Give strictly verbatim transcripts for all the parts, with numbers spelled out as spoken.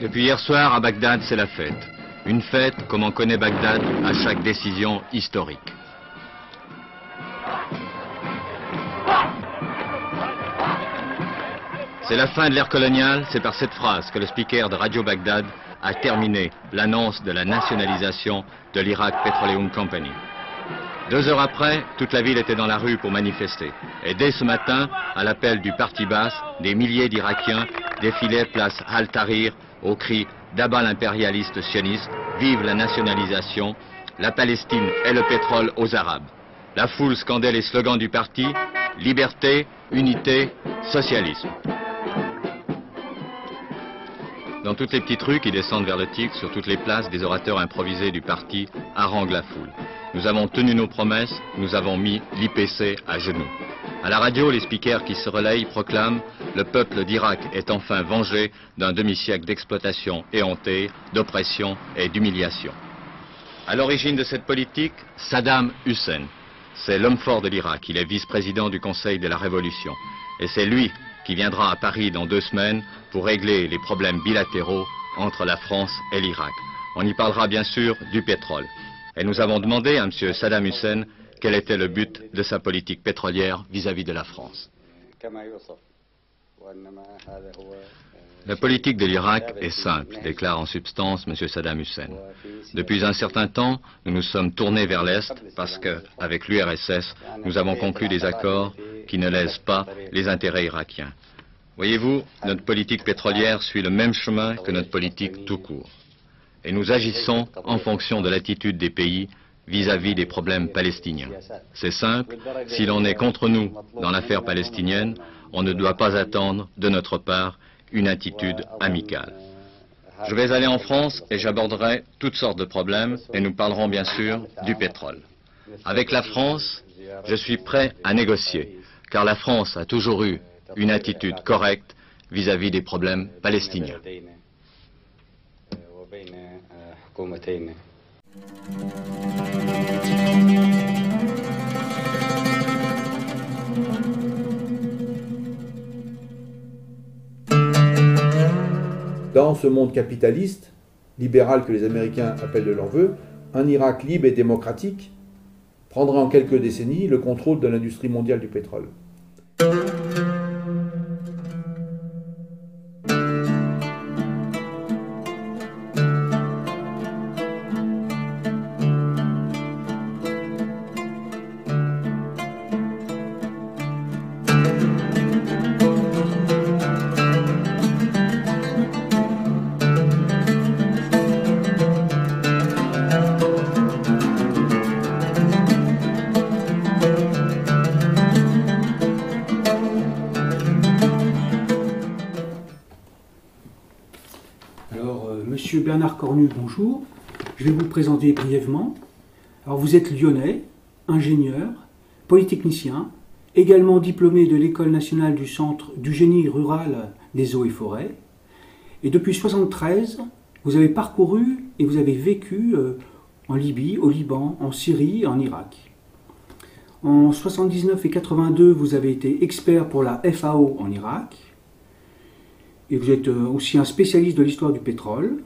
Depuis hier soir, à Bagdad, c'est la fête. Une fête comme on connaît Bagdad à chaque décision historique. C'est la fin de l'ère coloniale, c'est par cette phrase que le speaker de Radio Bagdad a terminé l'annonce de la nationalisation de l'Iraq Petroleum Company. Deux heures après, toute la ville était dans la rue pour manifester. Et dès ce matin, à l'appel du Parti Baas, des milliers d'Irakiens défilaient place Al-Tahrir au cri d'abat l'impérialiste sioniste, vive la nationalisation, la Palestine et le pétrole aux Arabes. La foule scandait les slogans du parti, liberté, unité, socialisme. Dans toutes les petites rues qui descendent vers le Tigre, sur toutes les places, des orateurs improvisés du parti haranguent la foule. Nous avons tenu nos promesses, nous avons mis l'I P C à genoux. À la radio, les speakers qui se relayent proclament « Le peuple d'Irak est enfin vengé d'un demi-siècle d'exploitation éhontée, d'oppression et d'humiliation ». À l'origine de cette politique, Saddam Hussein. C'est l'homme fort de l'Irak, il est vice-président du Conseil de la Révolution. Et c'est lui qui viendra à Paris dans deux semaines pour régler les problèmes bilatéraux entre la France et l'Irak. On y parlera bien sûr du pétrole. Et nous avons demandé à M. Saddam Hussein quel était le but de sa politique pétrolière vis-à-vis de la France. La politique de l'Irak est simple, déclare en substance M. Saddam Hussein. Depuis un certain temps, nous nous sommes tournés vers l'Est parce qu'avec l'U R S S, nous avons conclu des accords qui ne lèsent pas les intérêts irakiens. Voyez-vous, notre politique pétrolière suit le même chemin que notre politique tout court. Et nous agissons en fonction de l'attitude des pays vis-à-vis des problèmes palestiniens. C'est simple, si l'on est contre nous dans l'affaire palestinienne, on ne doit pas attendre de notre part une attitude amicale. Je vais aller en France et j'aborderai toutes sortes de problèmes et nous parlerons bien sûr du pétrole. Avec la France, je suis prêt à négocier, car la France a toujours eu une attitude correcte vis-à-vis des problèmes palestiniens. Dans ce monde capitaliste, libéral que les Américains appellent de leur vœu, un Irak libre et démocratique prendra en quelques décennies le contrôle de l'industrie mondiale du pétrole. Monsieur Bernard Cornu, bonjour. Je vais vous présenter brièvement. Alors, vous êtes lyonnais, ingénieur, polytechnicien, également diplômé de l'École nationale du Centre du génie rural des eaux et forêts. Et depuis mille neuf cent soixante-treize, vous avez parcouru et vous avez vécu en Libye, au Liban, en Syrie et en Irak. En soixante-dix-neuf et quatre-vingt-deux, vous avez été expert pour la F A O en Irak. Et vous êtes aussi un spécialiste de l'histoire du pétrole.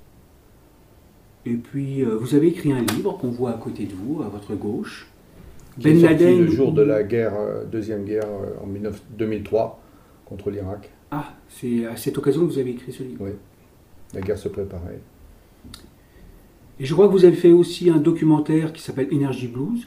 Et puis, vous avez écrit un livre qu'on voit à côté de vous, à votre gauche. Qui Ben Laden. Le jour de la guerre, deuxième guerre en deux mille trois contre l'Irak. Ah, c'est à cette occasion que vous avez écrit ce livre. Oui, la guerre se préparait. Et je crois que vous avez fait aussi un documentaire qui s'appelle Energy Blues.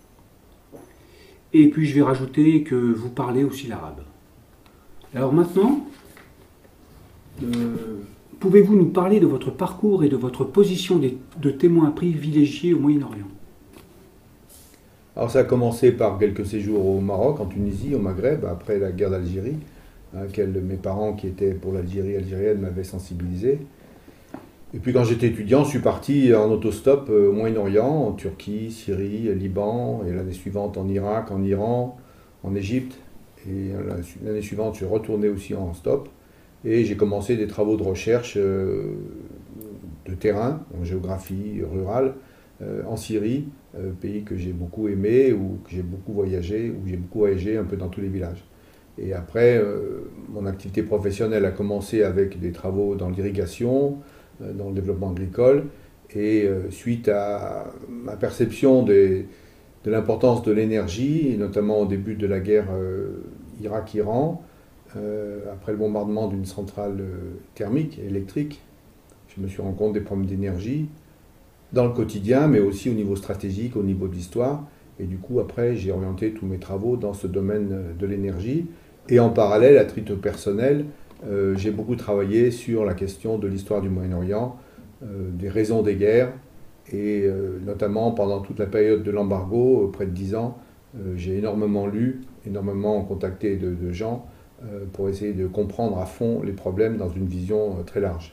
Et puis je vais rajouter que vous parlez aussi l'arabe. Alors maintenant, euh, pouvez-vous nous parler de votre parcours et de votre position de, de témoin privilégié au Moyen-Orient? Alors ça a commencé par quelques séjours au Maroc, en Tunisie, au Maghreb, après la guerre d'Algérie, à laquelle mes parents qui étaient pour l'Algérie algérienne m'avaient sensibilisé. Et puis quand j'étais étudiant, je suis parti en autostop au Moyen-Orient, en Turquie, Syrie, Liban, et l'année suivante en Irak, en Iran, en Égypte. Et l'année suivante, je suis retourné aussi en stop. Et j'ai commencé des travaux de recherche euh, de terrain, en géographie rurale, euh, en Syrie, euh, pays que j'ai beaucoup aimé, où que j'ai beaucoup voyagé, où j'ai beaucoup voyagé un peu dans tous les villages. Et après, euh, mon activité professionnelle a commencé avec des travaux dans l'irrigation, euh, dans le développement agricole, et euh, suite à ma perception des, de l'importance de l'énergie, et notamment au début de la guerre euh, Irak-Iran, euh, après le bombardement d'une centrale euh, thermique, électrique, je me suis rendu compte des problèmes d'énergie, dans le quotidien, mais aussi au niveau stratégique, au niveau de l'histoire. Et du coup, après, j'ai orienté tous mes travaux dans ce domaine de l'énergie. Et en parallèle, à titre personnel, euh, j'ai beaucoup travaillé sur la question de l'histoire du Moyen-Orient, euh, des raisons des guerres, et euh, notamment pendant toute la période de l'embargo, euh, près de dix ans, euh, j'ai énormément lu, énormément contacté de, de gens euh, pour essayer de comprendre à fond les problèmes dans une vision euh, très large.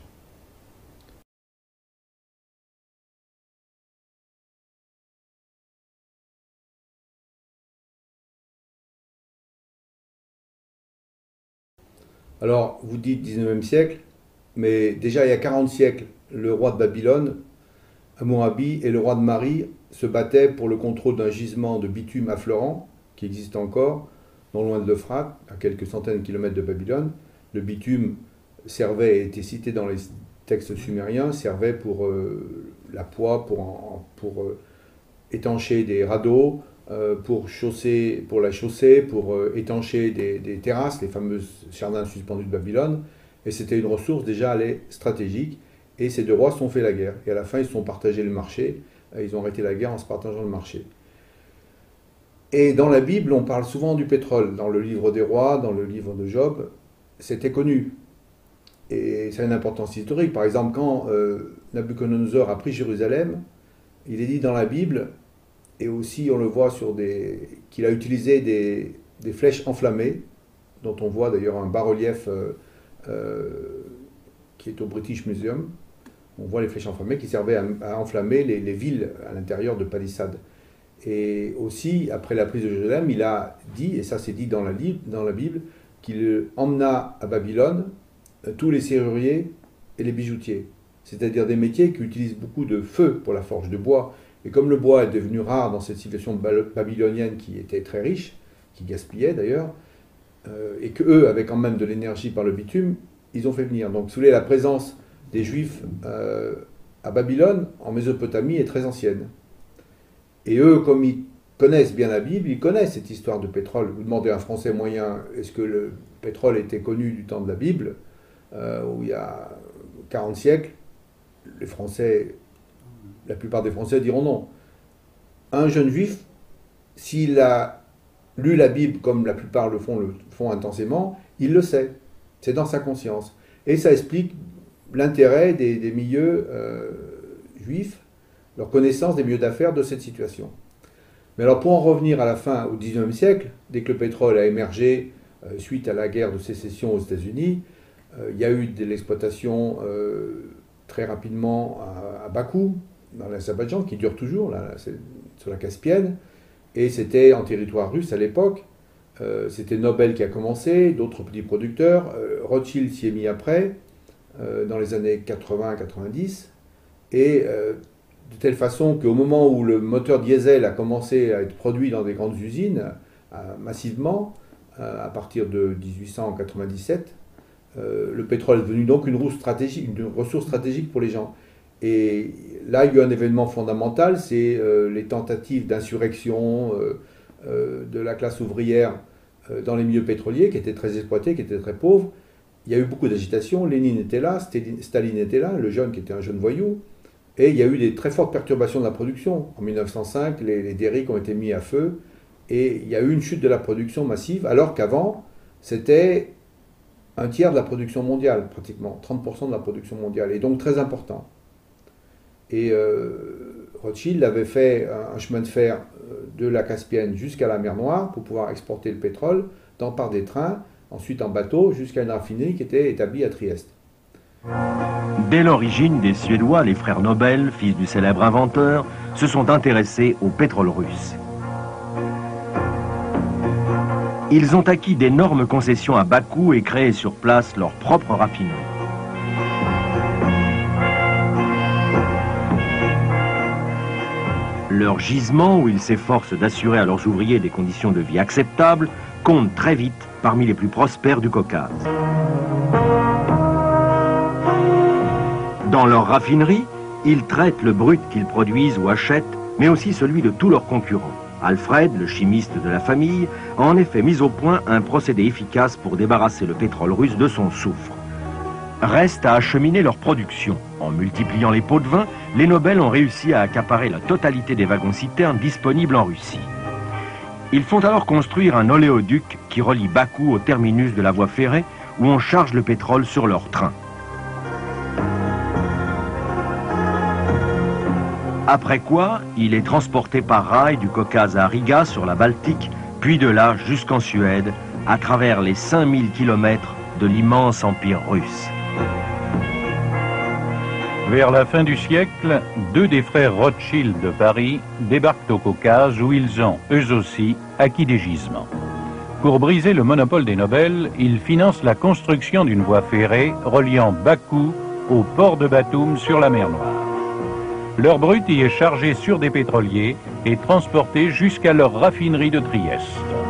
Alors, vous dites dix-neuvième siècle, mais déjà il y a quarante siècles, le roi de Babylone, Hammurabi, et le roi de Mari se battaient pour le contrôle d'un gisement de bitume affleurant, qui existe encore, non loin de l'Euphrate, à quelques centaines de kilomètres de Babylone. Le bitume servait, et était cité dans les textes sumériens, servait pour euh, la poix, pour, en, pour euh, étancher des radeaux, Euh, pour, chausser, pour la chaussée, pour euh, étancher des, des terrasses, les fameuses jardins suspendus de Babylone. Et c'était une ressource déjà allée stratégique. Et ces deux rois se sont fait la guerre. Et à la fin, ils se sont partagés le marché. Ils ont arrêté la guerre en se partageant le marché. Et dans la Bible, on parle souvent du pétrole. Dans le livre des rois, dans le livre de Job, c'était connu. Et ça a une importance historique. Par exemple, quand euh, Nabuchodonosor a pris Jérusalem, il est dit dans la Bible, et aussi on le voit sur des... qu'il a utilisé des, des flèches enflammées, dont on voit d'ailleurs un bas-relief euh, euh, qui est au British Museum. On voit les flèches enflammées qui servaient à, à enflammer les, les villes à l'intérieur de palissades. Et aussi, après la prise de Jérusalem, il a dit, et ça c'est dit dans la, dans la Bible, qu'il emmena à Babylone euh, tous les serruriers et les bijoutiers. C'est-à-dire des métiers qui utilisent beaucoup de feu pour la forge de bois. Et comme le bois est devenu rare dans cette civilisation babylonienne qui était très riche, qui gaspillait d'ailleurs, euh, et qu'eux avaient quand même de l'énergie par le bitume, ils ont fait venir. Donc, si vous voulez, la présence des Juifs euh, à Babylone, en Mésopotamie, est très ancienne. Et eux, comme ils connaissent bien la Bible, ils connaissent cette histoire de pétrole. Vous demandez à un Français moyen, est-ce que le pétrole était connu du temps de la Bible, euh, où il y a quarante siècles, les Français... La plupart des Français diront non. Un jeune juif, s'il a lu la Bible comme la plupart le font, le font intensément, il le sait. C'est dans sa conscience. Et ça explique l'intérêt des, des milieux euh, juifs, leur connaissance des milieux d'affaires de cette situation. Mais alors pour en revenir à la fin, au dix-neuvième siècle, dès que le pétrole a émergé euh, suite à la guerre de sécession aux États-Unis, euh, il y a eu de l'exploitation euh, très rapidement à, à bas coût, dans l'Azerbaïdjan, qui dure toujours, là, là c'est sur la Caspienne, et c'était en territoire russe à l'époque. Euh, c'était Nobel qui a commencé, d'autres petits producteurs. Euh, Rothschild s'y est mis après, euh, dans les années quatre-vingts quatre-vingt-dix, et euh, de telle façon qu'au moment où le moteur diesel a commencé à être produit dans des grandes usines, euh, massivement, euh, à partir de dix-huit cent quatre-vingt-dix-sept, euh, le pétrole est devenu donc une, stratégique, une ressource stratégique pour les gens. Et là, il y a eu un événement fondamental, c'est euh, les tentatives d'insurrection euh, euh, de la classe ouvrière euh, dans les milieux pétroliers, qui étaient très exploités, qui étaient très pauvres. Il y a eu beaucoup d'agitation, Lénine était là, Staline était là, le jeune qui était un jeune voyou, et il y a eu des très fortes perturbations de la production. En mille neuf cent cinq, les, les derricks ont été mis à feu, et il y a eu une chute de la production massive, alors qu'avant, c'était un tiers de la production mondiale, pratiquement, trente pour cent de la production mondiale, et donc très important. Et euh, Rothschild avait fait un, un chemin de fer de la Caspienne jusqu'à la mer Noire pour pouvoir exporter le pétrole dans, par des trains, ensuite en bateau, jusqu'à une raffinerie qui était établie à Trieste. Dès l'origine, des Suédois, les frères Nobel, fils du célèbre inventeur, se sont intéressés au pétrole russe. Ils ont acquis d'énormes concessions à Bakou et créé sur place leur propre raffinerie. Leur gisement, où ils s'efforcent d'assurer à leurs ouvriers des conditions de vie acceptables, compte très vite parmi les plus prospères du Caucase. Dans leur raffinerie, ils traitent le brut qu'ils produisent ou achètent, mais aussi celui de tous leurs concurrents. Alfred, le chimiste de la famille, a en effet mis au point un procédé efficace pour débarrasser le pétrole russe de son soufre. Reste à acheminer leur production. En multipliant les pots de vin, les Nobel ont réussi à accaparer la totalité des wagons-citernes disponibles en Russie. Ils font alors construire un oléoduc qui relie Bakou au terminus de la voie ferrée où on charge le pétrole sur leur train. Après quoi, il est transporté par rail du Caucase à Riga sur la Baltique, puis de là jusqu'en Suède, à travers les cinq mille kilomètres de l'immense empire russe. Vers la fin du siècle, deux des frères Rothschild de Paris débarquent au Caucase où ils ont, eux aussi, acquis des gisements. Pour briser le monopole des Nobel, ils financent la construction d'une voie ferrée reliant Bakou au port de Batoum sur la mer Noire. Leur brut y est chargé sur des pétroliers et transporté jusqu'à leur raffinerie de Trieste.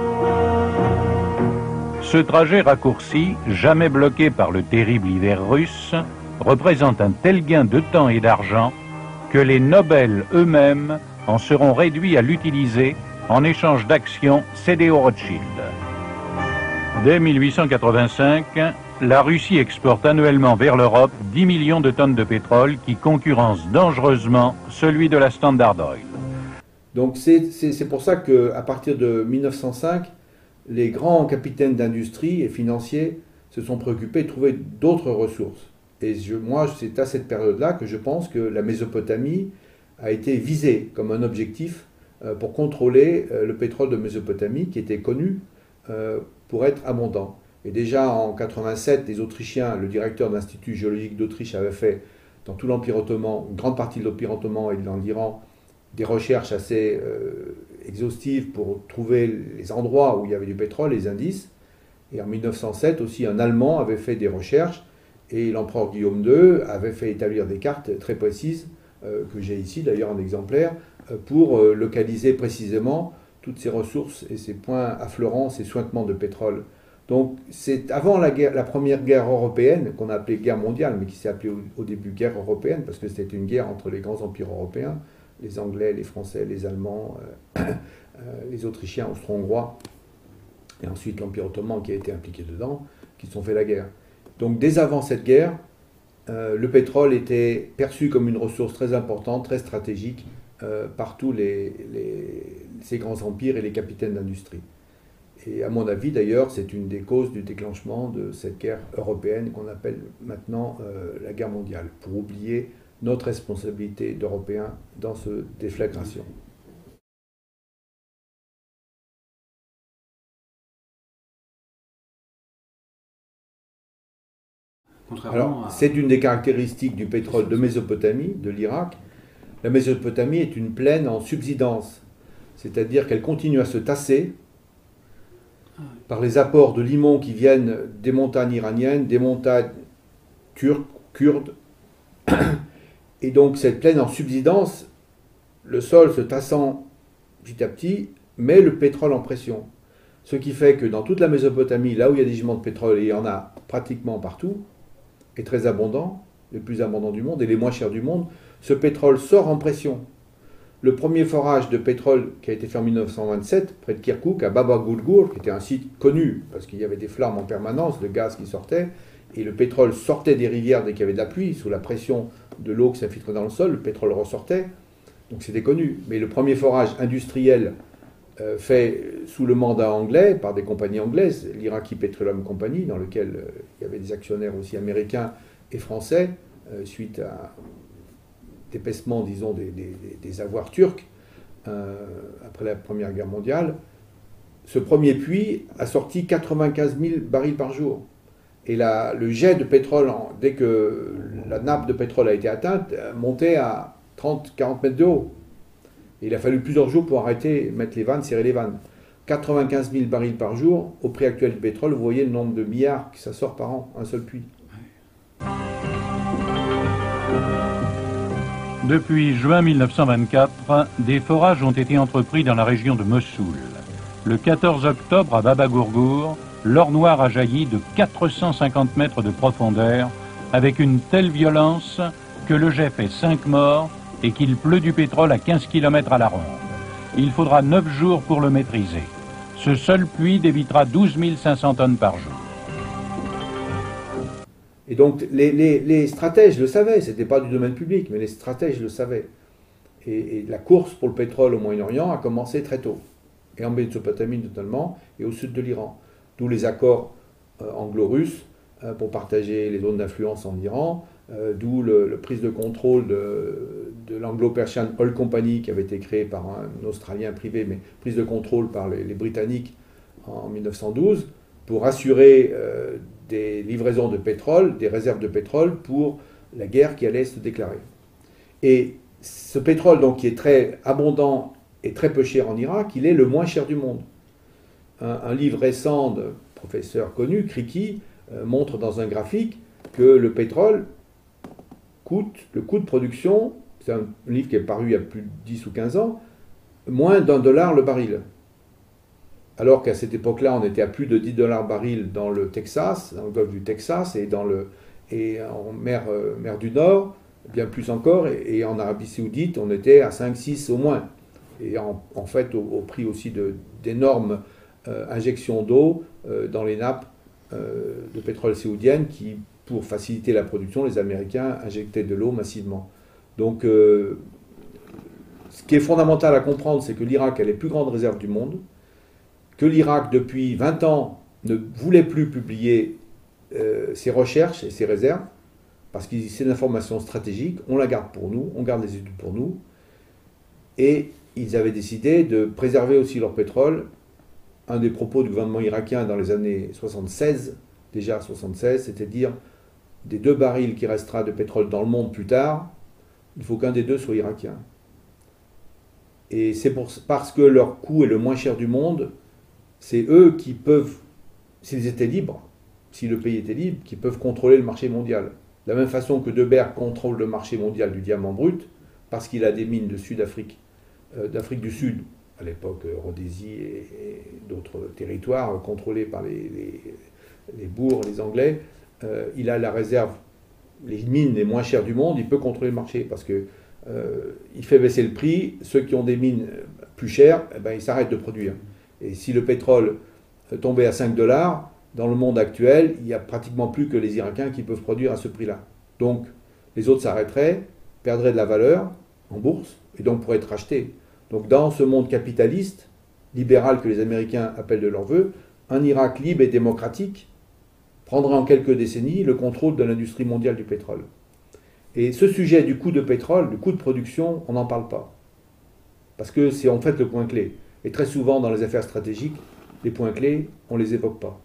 Ce trajet raccourci, jamais bloqué par le terrible hiver russe, représente un tel gain de temps et d'argent que les Nobel eux-mêmes en seront réduits à l'utiliser en échange d'actions cédées aux Rothschild. Dès mille huit cent quatre-vingt-cinq, la Russie exporte annuellement vers l'Europe dix millions de tonnes de pétrole qui concurrencent dangereusement celui de la Standard Oil. Donc c'est pour ça qu'à partir de mille neuf cent cinq, les grands capitaines d'industrie et financiers se sont préoccupés de trouver d'autres ressources. Et je, moi, c'est à cette période-là que je pense que la Mésopotamie a été visée comme un objectif euh, pour contrôler euh, le pétrole de Mésopotamie, qui était connu euh, pour être abondant. Et déjà en mille neuf cent quatre-vingt-sept, les Autrichiens, le directeur de l'Institut géologique d'Autriche avait fait dans tout l'Empire ottoman, une grande partie de l'Empire ottoman et dans l'Iran, des recherches assez euh, exhaustives pour trouver les endroits où il y avait du pétrole, les indices. Et en mille neuf cent sept aussi, un Allemand avait fait des recherches et l'empereur Guillaume deux avait fait établir des cartes très précises, euh, que j'ai ici d'ailleurs en exemplaire, euh, pour euh, localiser précisément toutes ces ressources et ces points affleurants, ces sointements de pétrole. Donc c'est avant la, guerre, la première guerre européenne, qu'on a appelée guerre mondiale, mais qui s'est appelée au, au début guerre européenne, parce que c'était une guerre entre les grands empires européens, les Anglais, les Français, les Allemands, euh, euh, les Autrichiens, Austro-Hongrois, et ensuite l'Empire ottoman qui a été impliqué dedans, qui se sont fait la guerre. Donc dès avant cette guerre, euh, le pétrole était perçu comme une ressource très importante, très stratégique, euh, par tous les, les, ces grands empires et les capitaines d'industrie. Et à mon avis, d'ailleurs, c'est une des causes du déclenchement de cette guerre européenne qu'on appelle maintenant euh, la guerre mondiale, pour oublier notre responsabilité d'Européens dans cette déflagration. Alors, c'est une des caractéristiques du pétrole de Mésopotamie, de l'Irak. La Mésopotamie est une plaine en subsidence, c'est-à-dire qu'elle continue à se tasser par les apports de limon qui viennent des montagnes iraniennes, des montagnes turques, kurdes. Et donc cette plaine en subsidence, le sol se tassant petit à petit, met le pétrole en pression. Ce qui fait que dans toute la Mésopotamie, là où il y a des gisements de pétrole, et il y en a pratiquement partout, est très abondant, les plus abondants du monde et les moins chers du monde, ce pétrole sort en pression. Le premier forage de pétrole qui a été fait en mille neuf cent vingt-sept, près de Kirkouk, à Baba Gurgur, qui était un site connu, parce qu'il y avait des flammes en permanence, de gaz qui sortaient, et le pétrole sortait des rivières dès qu'il y avait de la pluie, sous la pression de l'eau qui s'infiltrait dans le sol, le pétrole ressortait, donc c'était connu. Mais le premier forage industriel euh, fait sous le mandat anglais, par des compagnies anglaises, l'Iraqi Petroleum Company, dans lequel euh, il y avait des actionnaires aussi américains et français, euh, suite à d'épaissement, disons, des, des, des avoirs turcs, euh, après la Première Guerre mondiale, ce premier puits a sorti quatre-vingt-quinze mille barils par jour. Et la, le jet de pétrole, en, dès que la nappe de pétrole a été atteinte, montait à trente à quarante mètres de haut. Et il a fallu plusieurs jours pour arrêter, mettre les vannes, serrer les vannes. quatre-vingt-quinze mille barils par jour, au prix actuel du pétrole, vous voyez le nombre de milliards que ça sort par an, un seul puits. Depuis juin mille neuf cent vingt-quatre, des forages ont été entrepris dans la région de Mossoul. Le quatorze octobre, à Baba Gourgour, l'or noir a jailli de quatre cent cinquante mètres de profondeur avec une telle violence que le jet fait cinq morts et qu'il pleut du pétrole à quinze kilomètres à la ronde. Il faudra neuf jours pour le maîtriser. Ce seul puits débitera douze mille cinq cents tonnes par jour. Et donc les, les, les stratèges le savaient, ce n'était pas du domaine public, mais les stratèges le savaient. Et, et la course pour le pétrole au Moyen-Orient a commencé très tôt, et en Mésopotamie notamment, et au sud de l'Iran. D'où les accords euh, anglo-russes euh, pour partager les zones d'influence en Iran, euh, d'où le, le prise de contrôle de, de l'Anglo-Persian Oil Company qui avait été créée par un Australien privé, mais prise de contrôle par les, les Britanniques en mille neuf cent douze, pour assurer euh, des livraisons de pétrole, des réserves de pétrole pour la guerre qui allait se déclarer. Et ce pétrole, donc, qui est très abondant et très peu cher en Irak, il est le moins cher du monde. Un, un livre récent de professeur connu, Kriki, euh, montre dans un graphique que le pétrole coûte, le coût de production, c'est un livre qui est paru il y a plus de dix ou quinze ans, moins d'un dollar le baril. Alors qu'à cette époque-là, on était à plus de dix dollars baril dans le Texas, dans le golfe du Texas, et, dans le, et en mer, euh, mer du Nord, bien plus encore, et, et en Arabie Saoudite, on était à cinq six au moins. Et en, en fait, au, au prix aussi d'énormes euh, injections d'eau euh, dans les nappes euh, de pétrole saoudiennes, qui, pour faciliter la production, les Américains injectaient de l'eau massivement. Donc, euh, ce qui est fondamental à comprendre, c'est que l'Irak a les plus grandes réserves du monde, que l'Irak, depuis vingt ans, ne voulait plus publier euh, ses recherches et ses réserves, parce que c'est une information stratégique, on la garde pour nous, on garde les études pour nous, et ils avaient décidé de préserver aussi leur pétrole. Un des propos du gouvernement irakien dans les années soixante-seize, déjà soixante-seize, c'était de dire, des deux barils qui restera de pétrole dans le monde plus tard, il faut qu'un des deux soit irakien. Et c'est parce que leur coût est le moins cher du monde, c'est eux qui peuvent, s'ils étaient libres, si le pays était libre, qui peuvent contrôler le marché mondial. De la même façon que De Beers contrôle le marché mondial du diamant brut, parce qu'il a des mines de Sud-Afrique, euh, d'Afrique du Sud, à l'époque Rhodésie et, et d'autres territoires contrôlés par les, les, les Boers, les Anglais, euh, il a la réserve, les mines les moins chères du monde, il peut contrôler le marché, parce que euh, il fait baisser le prix, ceux qui ont des mines plus chères, eh ben, ils s'arrêtent de produire. Et si le pétrole tombait à cinq dollars, dans le monde actuel, il n'y a pratiquement plus que les Irakiens qui peuvent produire à ce prix-là. Donc, les autres s'arrêteraient, perdraient de la valeur en bourse, et donc pourraient être rachetés. Donc, dans ce monde capitaliste, libéral que les Américains appellent de leur vœu, un Irak libre et démocratique prendra en quelques décennies le contrôle de l'industrie mondiale du pétrole. Et ce sujet du coût de pétrole, du coût de production, on n'en parle pas. Parce que c'est en fait le point clé. Et très souvent, dans les affaires stratégiques, les points clés, on ne les évoque pas.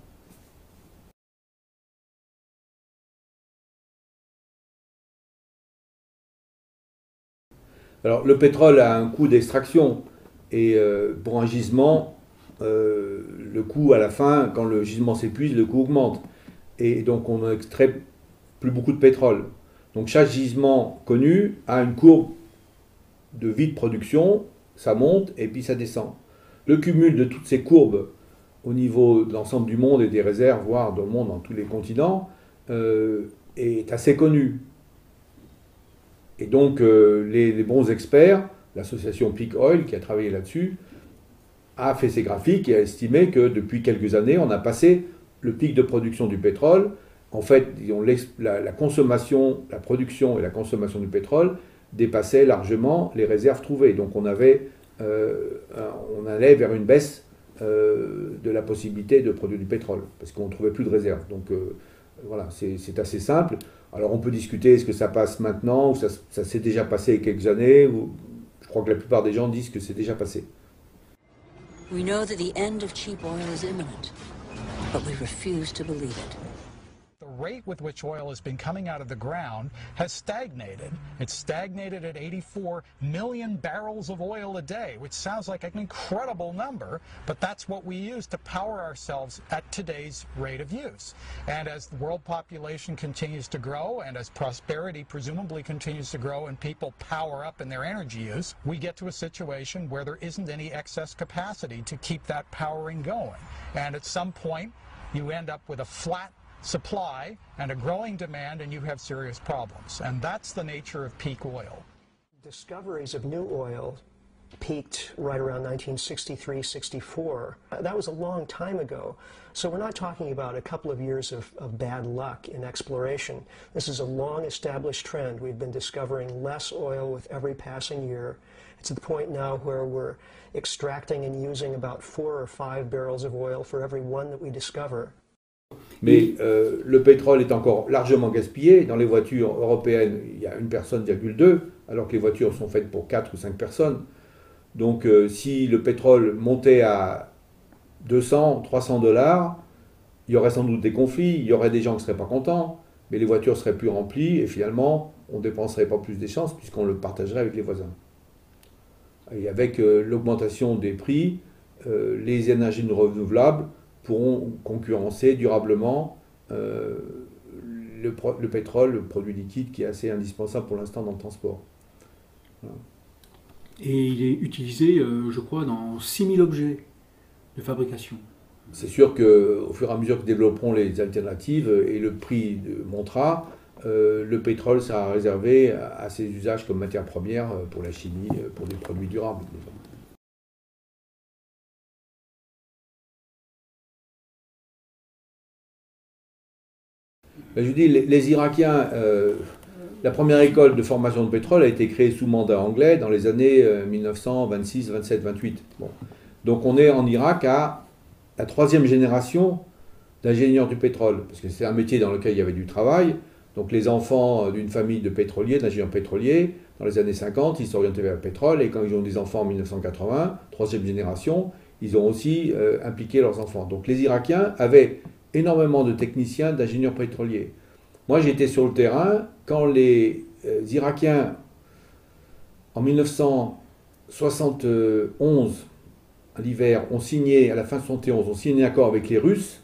Alors, le pétrole a un coût d'extraction. Et euh, pour un gisement, euh, le coût à la fin, quand le gisement s'épuise, le coût augmente. Et donc, on n'extrait plus beaucoup de pétrole. Donc, chaque gisement connu a une courbe de vie de production, ça monte et puis ça descend. Le cumul de toutes ces courbes au niveau de l'ensemble du monde et des réserves, voire dans le monde, dans tous les continents, euh, est assez connu. Et donc, euh, les, les bons experts, l'association Peak Oil, qui a travaillé là-dessus, a fait ses graphiques et a estimé que depuis quelques années, on a passé le pic de production du pétrole. En fait, la, la consommation, la production et la consommation du pétrole dépassaient largement les réserves trouvées. Donc, on avait... Euh, on allait vers une baisse euh, de la possibilité de produire du pétrole, parce qu'on ne trouvait plus de réserves. Donc euh, voilà, c'est assez simple. Alors on peut discuter, est-ce que ça passe maintenant, ou ça, ça s'est déjà passé il y a quelques années, ou je crois que la plupart des gens disent que c'est déjà passé. We know that the end of cheap oil is imminent, but we refuse to believe it. rate with which oil has been coming out of the ground has stagnated. It's stagnated at eighty-four million barrels of oil a day, which sounds like an incredible number, but that's what we use to power ourselves at today's rate of use. And as the world population continues to grow, and as prosperity presumably continues to grow and people power up in their energy use, we get to a situation where there isn't any excess capacity to keep that powering going. And at some point, you end up with a flat supply and a growing demand, and you have serious problems. And that's the nature of peak oil. Discoveries of new oil peaked right around nineteen sixty-three sixty-four. Uh, that was a long time ago. So we're not talking about a couple of years of, of bad luck in exploration. This is a long established trend. We've been discovering less oil with every passing year. It's at the point now where we're extracting and using about four or five barrels of oil for every one that we discover. Mais euh, le pétrole est encore largement gaspillé. Dans les voitures européennes, il y a une personne, virgule deux, alors que les voitures sont faites pour quatre ou cinq personnes. Donc euh, si le pétrole montait à deux cents, trois cents dollars, il y aurait sans doute des conflits, il y aurait des gens qui ne seraient pas contents, mais les voitures seraient plus remplies et finalement, on ne dépenserait pas plus d'essence puisqu'on le partagerait avec les voisins. Et avec euh, l'augmentation des prix, euh, les énergies renouvelables pourront concurrencer durablement euh, le, le pétrole, le produit liquide qui est assez indispensable pour l'instant dans le transport. Voilà. Et il est utilisé, euh, je crois, dans six mille objets de fabrication. C'est sûr qu'au fur et à mesure que développeront les alternatives et le prix de, montera, euh, le pétrole sera réservé à, à ses usages comme matière première pour la chimie, pour des produits durables. Ben, je vous dis, les, les Irakiens, euh, la première école de formation de pétrole a été créée sous mandat anglais dans les années euh, mille neuf cent vingt-six, vingt-sept, vingt-huit. Bon. Donc on est en Irak à la troisième génération d'ingénieurs du pétrole, parce que c'est un métier dans lequel il y avait du travail. Donc les enfants d'une famille de pétroliers, d'ingénieurs pétroliers, dans les années cinquante, ils s'orientaient vers le pétrole, et quand ils ont des enfants en mille neuf cent quatre-vingts, troisième génération, ils ont aussi euh, impliqué leurs enfants. Donc les Irakiens avaient énormément de techniciens, d'ingénieurs pétroliers. Moi j'étais sur le terrain quand les euh, Irakiens, en mille neuf cent soixante et onze, à l'hiver, ont signé, à la fin de soixante et onze, ont signé un accord avec les Russes.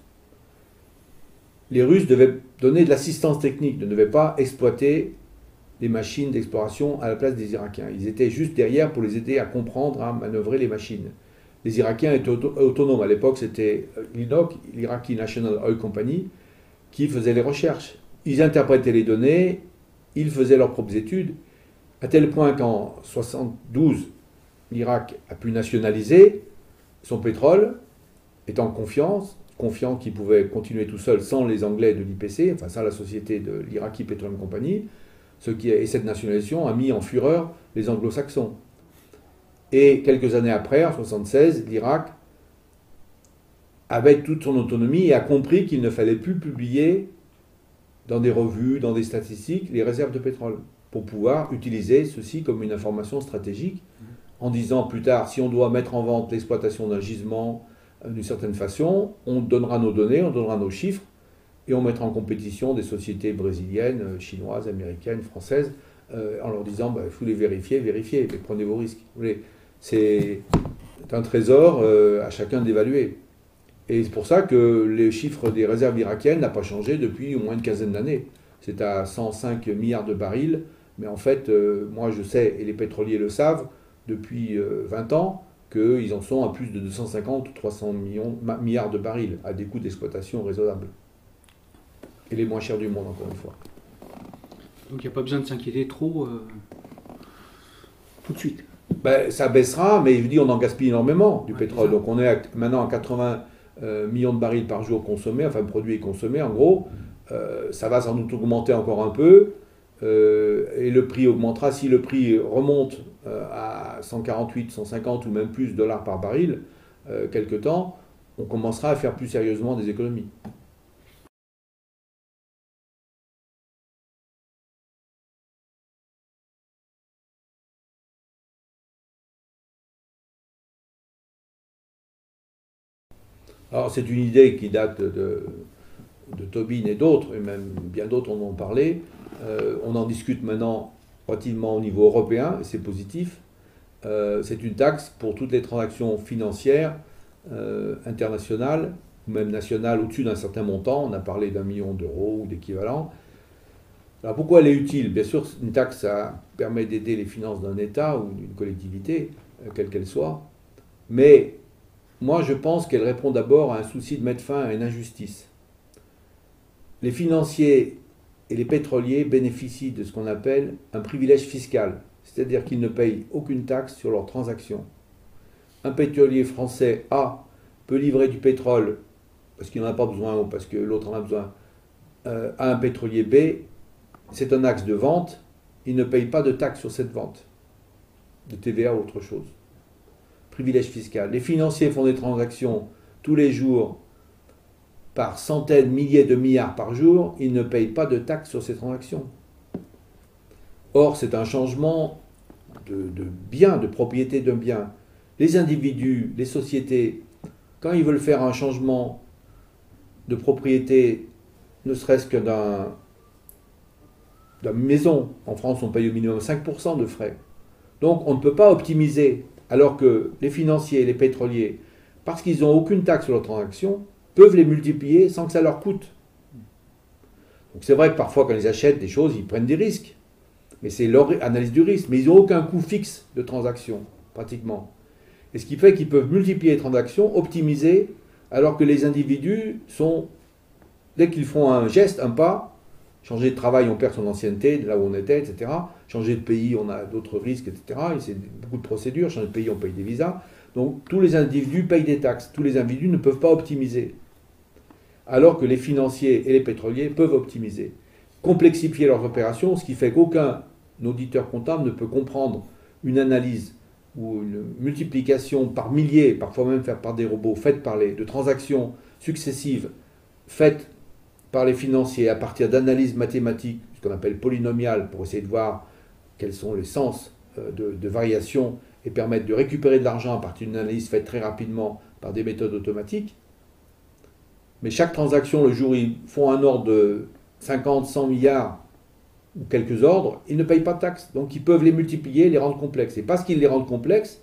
Les Russes devaient donner de l'assistance technique, ne devaient pas exploiter les machines d'exploration à la place des Irakiens. Ils étaient juste derrière pour les aider à comprendre, à manœuvrer les machines. Les Irakiens étaient auto autonomes. À l'époque, c'était l'I N O C, l'Iraqi National Oil Company, qui faisait les recherches. Ils interprétaient les données, ils faisaient leurs propres études, à tel point qu'en soixante-douze, l'Irak a pu nationaliser son pétrole, étant confiance, confiant qu'il pouvait continuer tout seul sans les Anglais de l'I P C, enfin sans la société de l'Iraqi Petroleum Company, ce qui, et cette nationalisation a mis en fureur les anglo-saxons. Et quelques années après, en soixante-seize, l'Irak avait toute son autonomie et a compris qu'il ne fallait plus publier dans des revues, dans des statistiques, les réserves de pétrole, pour pouvoir utiliser ceci comme une information stratégique, en disant plus tard, si on doit mettre en vente l'exploitation d'un gisement euh, d'une certaine façon, on donnera nos données, on donnera nos chiffres, et on mettra en compétition des sociétés brésiliennes, chinoises, américaines, françaises, euh, en leur disant, bah, il faut les vérifier, vérifier, mais prenez vos risques. C'est un trésor euh, à chacun d'évaluer. Et c'est pour ça que les chiffres des réserves irakiennes n'ont pas changé depuis au moins une quinzaine d'années. C'est à cent cinq milliards de barils, mais en fait, euh, moi je sais, et les pétroliers le savent, depuis euh, vingt ans, qu'ils en sont à plus de deux cent cinquante ou trois cents millions, milliards de barils, à des coûts d'exploitation raisonnables. Et les moins chers du monde, encore une fois. Donc il n'y a pas besoin de s'inquiéter trop euh, tout de suite. Ben, ça baissera, mais je vous dis, on en gaspille énormément du ouais, pétrole. Donc on est à, maintenant à quatre-vingts euh, millions de barils par jour consommés, enfin produits et consommés en gros. Euh, ça va sans doute augmenter encore un peu, euh, et le prix augmentera. Si le prix remonte euh, à cent quarante-huit, cent cinquante ou même plus dollars par baril, euh, quelque temps, on commencera à faire plus sérieusement des économies. Alors c'est une idée qui date de, de Tobin et d'autres, et même bien d'autres en ont parlé. Euh, on en discute maintenant relativement au niveau européen, et c'est positif. Euh, c'est une taxe pour toutes les transactions financières euh, internationales, ou même nationales, au-dessus d'un certain montant. On a parlé d'un million d'euros ou d'équivalent. Alors pourquoi elle est utile? Bien sûr, une taxe, ça permet d'aider les finances d'un État ou d'une collectivité, euh, quelle qu'elle soit. Mais moi, je pense qu'elle répond d'abord à un souci de mettre fin à une injustice. Les financiers et les pétroliers bénéficient de ce qu'on appelle un privilège fiscal, c'est-à-dire qu'ils ne payent aucune taxe sur leurs transactions. Un pétrolier français A peut livrer du pétrole, parce qu'il n'en a pas besoin ou parce que l'autre en a besoin, euh, à un pétrolier B. C'est un axe de vente, il ne paye pas de taxe sur cette vente, de T V A ou autre chose. Privilège fiscal. Les financiers font des transactions tous les jours par centaines, milliers de milliards par jour, ils ne payent pas de taxe sur ces transactions. Or, c'est un changement de, de bien, de propriété d'un bien. Les individus, les sociétés, quand ils veulent faire un changement de propriété, ne serait-ce que d'un d'une maison, en France on paye au minimum cinq pour cent de frais. Donc on ne peut pas optimiser, alors que les financiers, les pétroliers, parce qu'ils n'ont aucune taxe sur leurs transactions, peuvent les multiplier sans que ça leur coûte. Donc c'est vrai que parfois quand ils achètent des choses, ils prennent des risques, mais c'est leur analyse du risque, mais ils n'ont aucun coût fixe de transaction, pratiquement. Et ce qui fait qu'ils peuvent multiplier les transactions, optimiser, alors que les individus sont, dès qu'ils font un geste, un pas, changer de travail, on perd son ancienneté, de là où on était, et cetera. Changer de pays, on a d'autres risques, et cetera. Et c'est beaucoup de procédures. Changer de pays, on paye des visas. Donc tous les individus payent des taxes. Tous les individus ne peuvent pas optimiser. Alors que les financiers et les pétroliers peuvent optimiser. Complexifier leurs opérations, ce qui fait qu'aucun auditeur comptable ne peut comprendre une analyse ou une multiplication par milliers, parfois même faite par des robots, faite par les, de transactions successives, faites par les financiers à partir d'analyses mathématiques, ce qu'on appelle polynomiales, pour essayer de voir quels sont les sens de, de variation et permettre de récupérer de l'argent à partir d'une analyse faite très rapidement par des méthodes automatiques. Mais chaque transaction, le jour où ils font un ordre de cinquante, cent milliards ou quelques ordres, ils ne payent pas de taxes. Donc ils peuvent les multiplier, les rendre complexes. Et parce qu'ils les rendent complexes,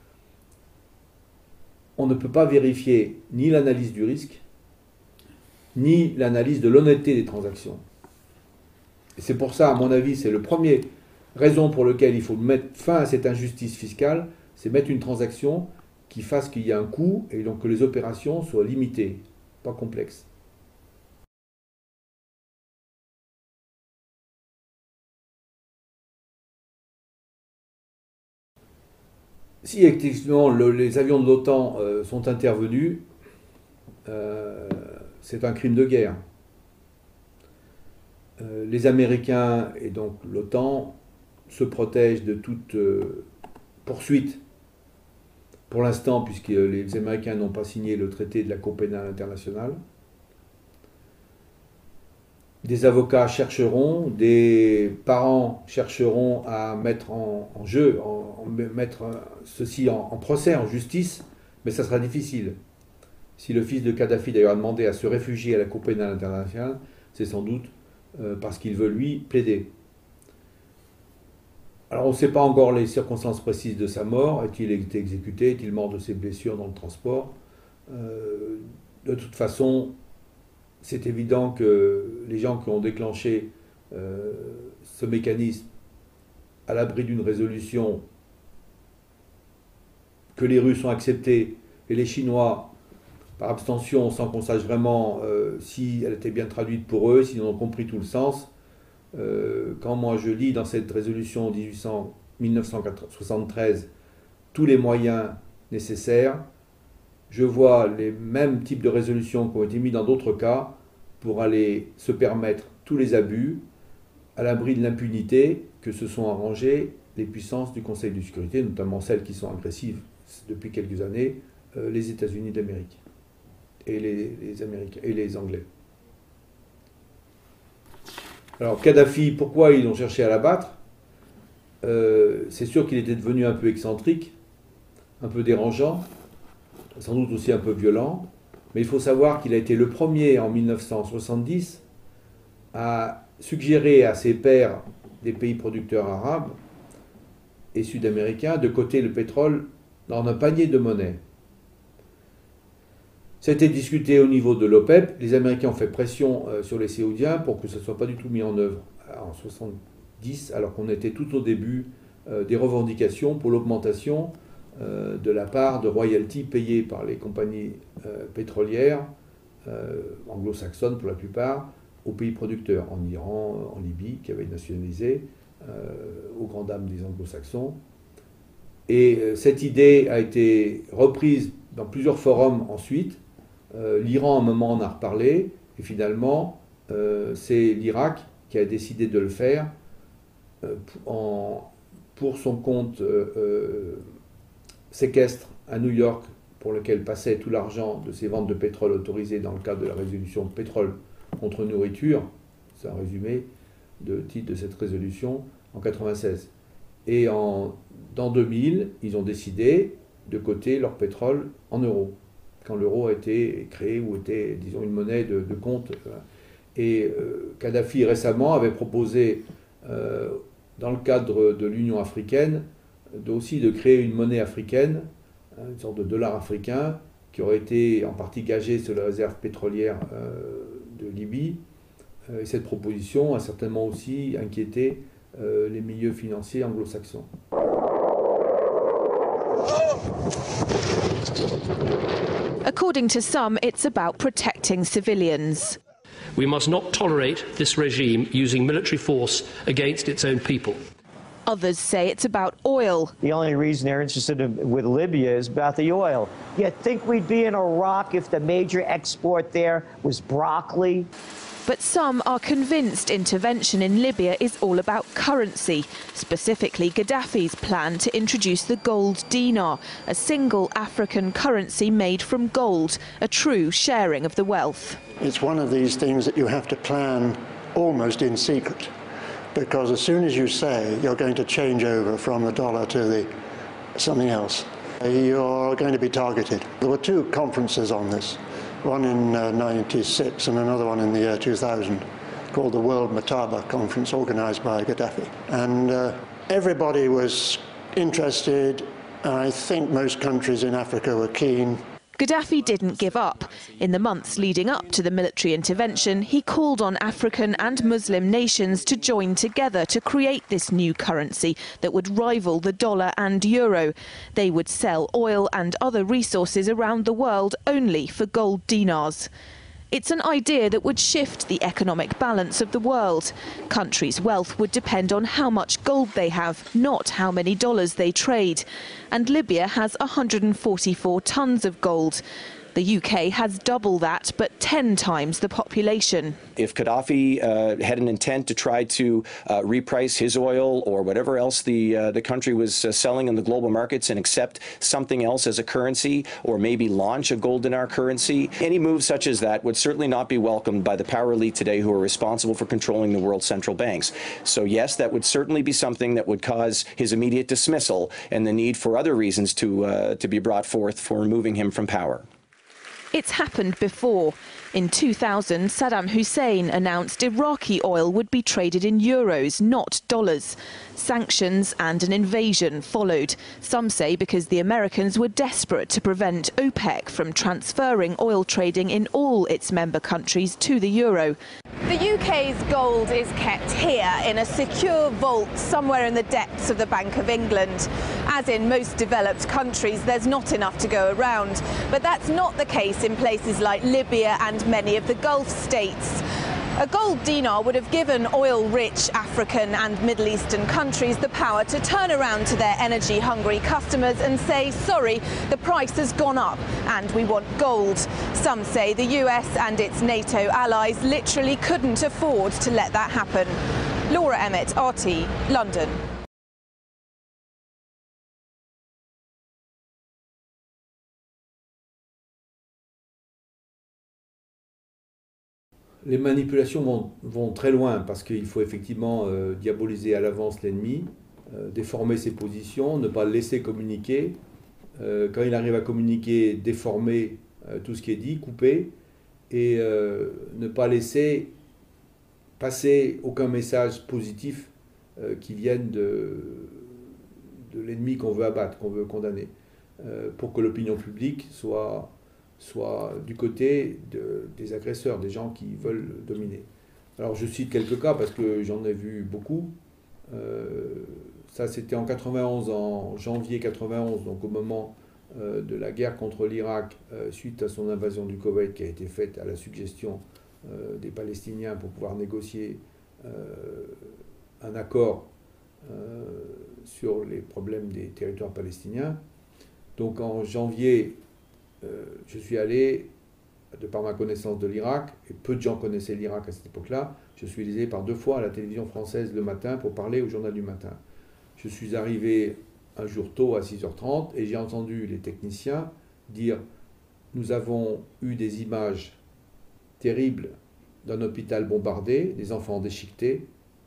on ne peut pas vérifier ni l'analyse du risque, ni l'analyse de l'honnêteté des transactions. Et c'est pour ça, à mon avis, c'est le premier raison pour laquelle il faut mettre fin à cette injustice fiscale, c'est mettre une transaction qui fasse qu'il y ait un coût et donc que les opérations soient limitées, pas complexes. Si effectivement le, les avions de l'OTAN euh, sont intervenus, euh, c'est un crime de guerre. Euh, les Américains et donc l'OTAN se protègent de toute euh, poursuite, pour l'instant, puisque les Américains n'ont pas signé le traité de la Cour pénale internationale. Des avocats chercheront, des parents chercheront à mettre en, en jeu, en, en mettre ceci en, en procès, en justice, mais ça sera difficile. Si le fils de Kadhafi d'ailleurs a demandé à se réfugier à la Cour pénale internationale, c'est sans doute euh, parce qu'il veut lui plaider. Alors on ne sait pas encore les circonstances précises de sa mort. Est-il été exécuté? Est-il mort de ses blessures dans le transport? euh, De toute façon, c'est évident que les gens qui ont déclenché euh, ce mécanisme à l'abri d'une résolution que les Russes ont acceptée et les Chinois par abstention sans qu'on sache vraiment euh, si elle était bien traduite pour eux, s'ils en ont compris tout le sens. Euh, quand moi je lis dans cette résolution mille neuf cent soixante-treize tous les moyens nécessaires, je vois les mêmes types de résolutions qui ont été mis dans d'autres cas pour aller se permettre tous les abus à l'abri de l'impunité que se sont arrangées les puissances du Conseil de sécurité, notamment celles qui sont agressives depuis quelques années, euh, les États-Unis d'Amérique et les, les Américains et les Anglais. Alors Kadhafi, pourquoi ils ont cherché à l'abattre? euh, C'est sûr qu'il était devenu un peu excentrique, un peu dérangeant, sans doute aussi un peu violent. Mais il faut savoir qu'il a été le premier en mille neuf cent soixante-dix à suggérer à ses pairs des pays producteurs arabes et sud-américains de coter le pétrole dans un panier de monnaie. C'était discuté au niveau de l'OPEP. Les Américains ont fait pression euh, sur les Saoudiens pour que ce ne soit pas du tout mis en œuvre en soixante-dix, alors qu'on était tout au début euh, des revendications pour l'augmentation euh, de la part de royalties payées par les compagnies euh, pétrolières, euh, anglo-saxonnes pour la plupart, aux pays producteurs, en Iran, en Libye, qui avaient nationalisé, euh, aux grandes dames des anglo-saxons. Et euh, cette idée a été reprise dans plusieurs forums ensuite. Euh, L'Iran, à un moment, en a reparlé, et finalement, euh, c'est l'Irak qui a décidé de le faire euh, en, pour son compte euh, euh, séquestre à New York, pour lequel passait tout l'argent de ces ventes de pétrole autorisées dans le cadre de la résolution pétrole contre nourriture. C'est un résumé de titre de cette résolution en mille neuf cent quatre-vingt-seize. Et en, dans deux mille, ils ont décidé de coter leur pétrole en euros, quand l'euro a été créé ou était, disons, une monnaie de, de compte. Et euh, Kadhafi récemment avait proposé, euh, dans le cadre de l'Union africaine, de, aussi de créer une monnaie africaine, une sorte de dollar africain, qui aurait été en partie gagé sur la réserve pétrolière euh, de Libye. Et cette proposition a certainement aussi inquiété euh, les milieux financiers anglo-saxons. According to some, it's about protecting civilians. We must not tolerate this regime using military force against its own people. Others say it's about oil. The only reason they're interested in, with Libya is about the oil. You'd think we'd be in Iraq if the major export there was broccoli. But some are convinced intervention in Libya is all about currency, specifically Gaddafi's plan to introduce the gold dinar, a single African currency made from gold, a true sharing of the wealth. It's one of these things that you have to plan almost in secret, because as soon as you say you're going to change over from the dollar to the something else, you're going to be targeted. There were two conferences on this. One in uh, ninety-six and another one in the year two thousand, called the World Mataba Conference, organised by Gaddafi. And uh, everybody was interested, and I think most countries in Africa were keen. Gaddafi didn't give up. In the months leading up to the military intervention, he called on African and Muslim nations to join together to create this new currency that would rival the dollar and euro. They would sell oil and other resources around the world only for gold dinars. It's an idea that would shift the economic balance of the world. Countries' wealth would depend on how much gold they have, not how many dollars they trade. And Libya has one hundred forty-four tons of gold. The U K has double that, but ten times the population. If Gaddafi uh, had an intent to try to uh, reprice his oil or whatever else the uh, the country was uh, selling in the global markets and accept something else as a currency, or maybe launch a gold dinar currency, any move such as that would certainly not be welcomed by the power elite today who are responsible for controlling the world's central banks. So yes, that would certainly be something that would cause his immediate dismissal and the need for other reasons to uh, to be brought forth for removing him from power. It's happened before. In two thousand, Saddam Hussein announced Iraqi oil would be traded in euros, not dollars. Sanctions and an invasion followed. Some say because the Americans were desperate to prevent OPEC from transferring oil trading in all its member countries to the euro. The U K's gold is kept here in a secure vault somewhere in the depths of the Bank of England. As in most developed countries, there's not enough to go around. But that's not the case in places like Libya and many of the Gulf states. A gold dinar would have given oil-rich African and Middle Eastern countries the power to turn around to their energy-hungry customers and say, sorry, the price has gone up and we want gold. Some say the U S and its NATO allies literally couldn't afford to let that happen. Laura Emmett, R T, London. Les manipulations vont, vont très loin parce qu'il faut effectivement euh, diaboliser à l'avance l'ennemi, euh, déformer ses positions, ne pas le laisser communiquer. Euh, quand il arrive à communiquer, déformer euh, tout ce qui est dit, couper, et euh, ne pas laisser passer aucun message positif euh, qui vienne de, de l'ennemi qu'on veut abattre, qu'on veut condamner, euh, pour que l'opinion publique soit, soit du côté de, des agresseurs, des gens qui veulent dominer. Alors je cite quelques cas parce que j'en ai vu beaucoup. Euh, ça c'était en quatre-vingt-onze, en janvier quatre-vingt-onze, donc au moment euh, de la guerre contre l'Irak, euh, suite à son invasion du Koweït qui a été faite à la suggestion euh, des Palestiniens pour pouvoir négocier euh, un accord euh, sur les problèmes des territoires palestiniens. Donc en janvier, euh, je suis allé, de par ma connaissance de l'Irak, et peu de gens connaissaient l'Irak à cette époque-là, je suis allé par deux fois à la télévision française le matin pour parler au journal du matin. Je suis arrivé un jour tôt à six heures trente et j'ai entendu les techniciens dire « Nous avons eu des images terribles d'un hôpital bombardé, des enfants déchiquetés.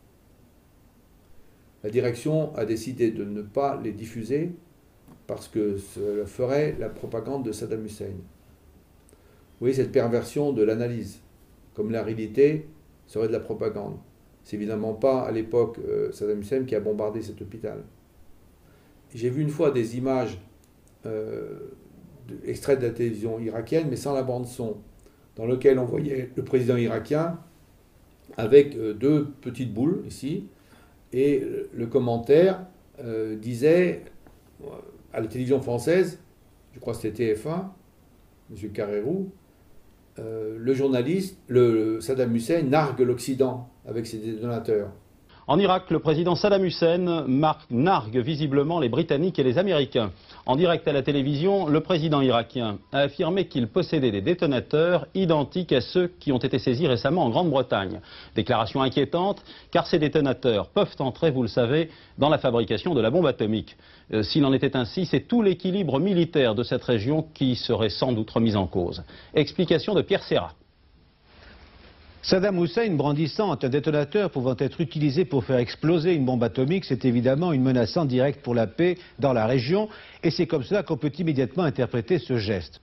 La direction a décidé de ne pas les diffuser parce que cela ferait la propagande de Saddam Hussein. » Vous voyez cette perversion de l'analyse, comme la réalité serait de la propagande. C'est évidemment pas à l'époque euh, Saddam Hussein qui a bombardé cet hôpital. J'ai vu une fois des images euh, de, extraites de la télévision irakienne, mais sans la bande son, dans lequel on voyait le président irakien avec euh, deux petites boules ici, et le, le commentaire euh, disait euh, à la télévision française, je crois que c'était T F un, M. Carrérou, Euh, le journaliste, le, le Saddam Hussein, nargue l'Occident avec ses détonateurs. En Irak, le président Saddam Hussein marque, nargue visiblement les Britanniques et les Américains. En direct à la télévision, le président irakien a affirmé qu'il possédait des détonateurs identiques à ceux qui ont été saisis récemment en Grande-Bretagne. Déclaration inquiétante, car ces détonateurs peuvent entrer, vous le savez, dans la fabrication de la bombe atomique. Euh, S'il en était ainsi, c'est tout l'équilibre militaire de cette région qui serait sans doute remis en cause. Explication de Pierre Serra. Saddam Hussein brandissant un détonateur pouvant être utilisé pour faire exploser une bombe atomique, c'est évidemment une menace indirecte pour la paix dans la région, et c'est comme cela qu'on peut immédiatement interpréter ce geste.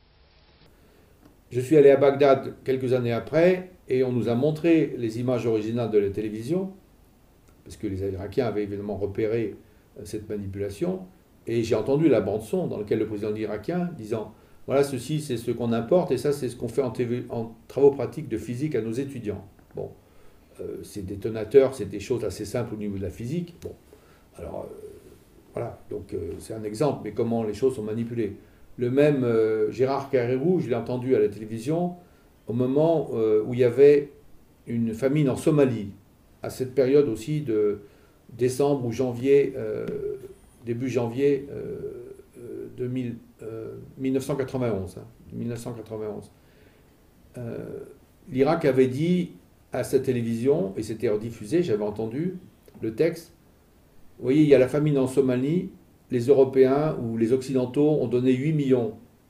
Je suis allé à Bagdad quelques années après, et on nous a montré les images originales de la télévision, parce que les Irakiens avaient évidemment repéré cette manipulation, et j'ai entendu la bande-son dans laquelle le président irakien disant « Voilà, ceci c'est ce qu'on importe et ça c'est ce qu'on fait en, en travaux pratiques de physique à nos étudiants. » Bon, euh, ces détonateurs, c'est des choses assez simples au niveau de la physique. Bon, alors euh, voilà, donc euh, c'est un exemple, mais comment les choses sont manipulées. Le même euh, Gérard Carrérou, je l'ai entendu à la télévision, au moment euh, où il y avait une famine en Somalie, à cette période aussi de décembre ou janvier, euh, début janvier euh, deux mille, euh, mille neuf cent quatre-vingt-onze. Hein, mille neuf cent quatre-vingt-onze. Euh, L'Irak avait dit à sa télévision, et c'était rediffusé, j'avais entendu le texte, vous voyez, il y a la famine en Somalie, les Européens ou les Occidentaux ont donné huit millions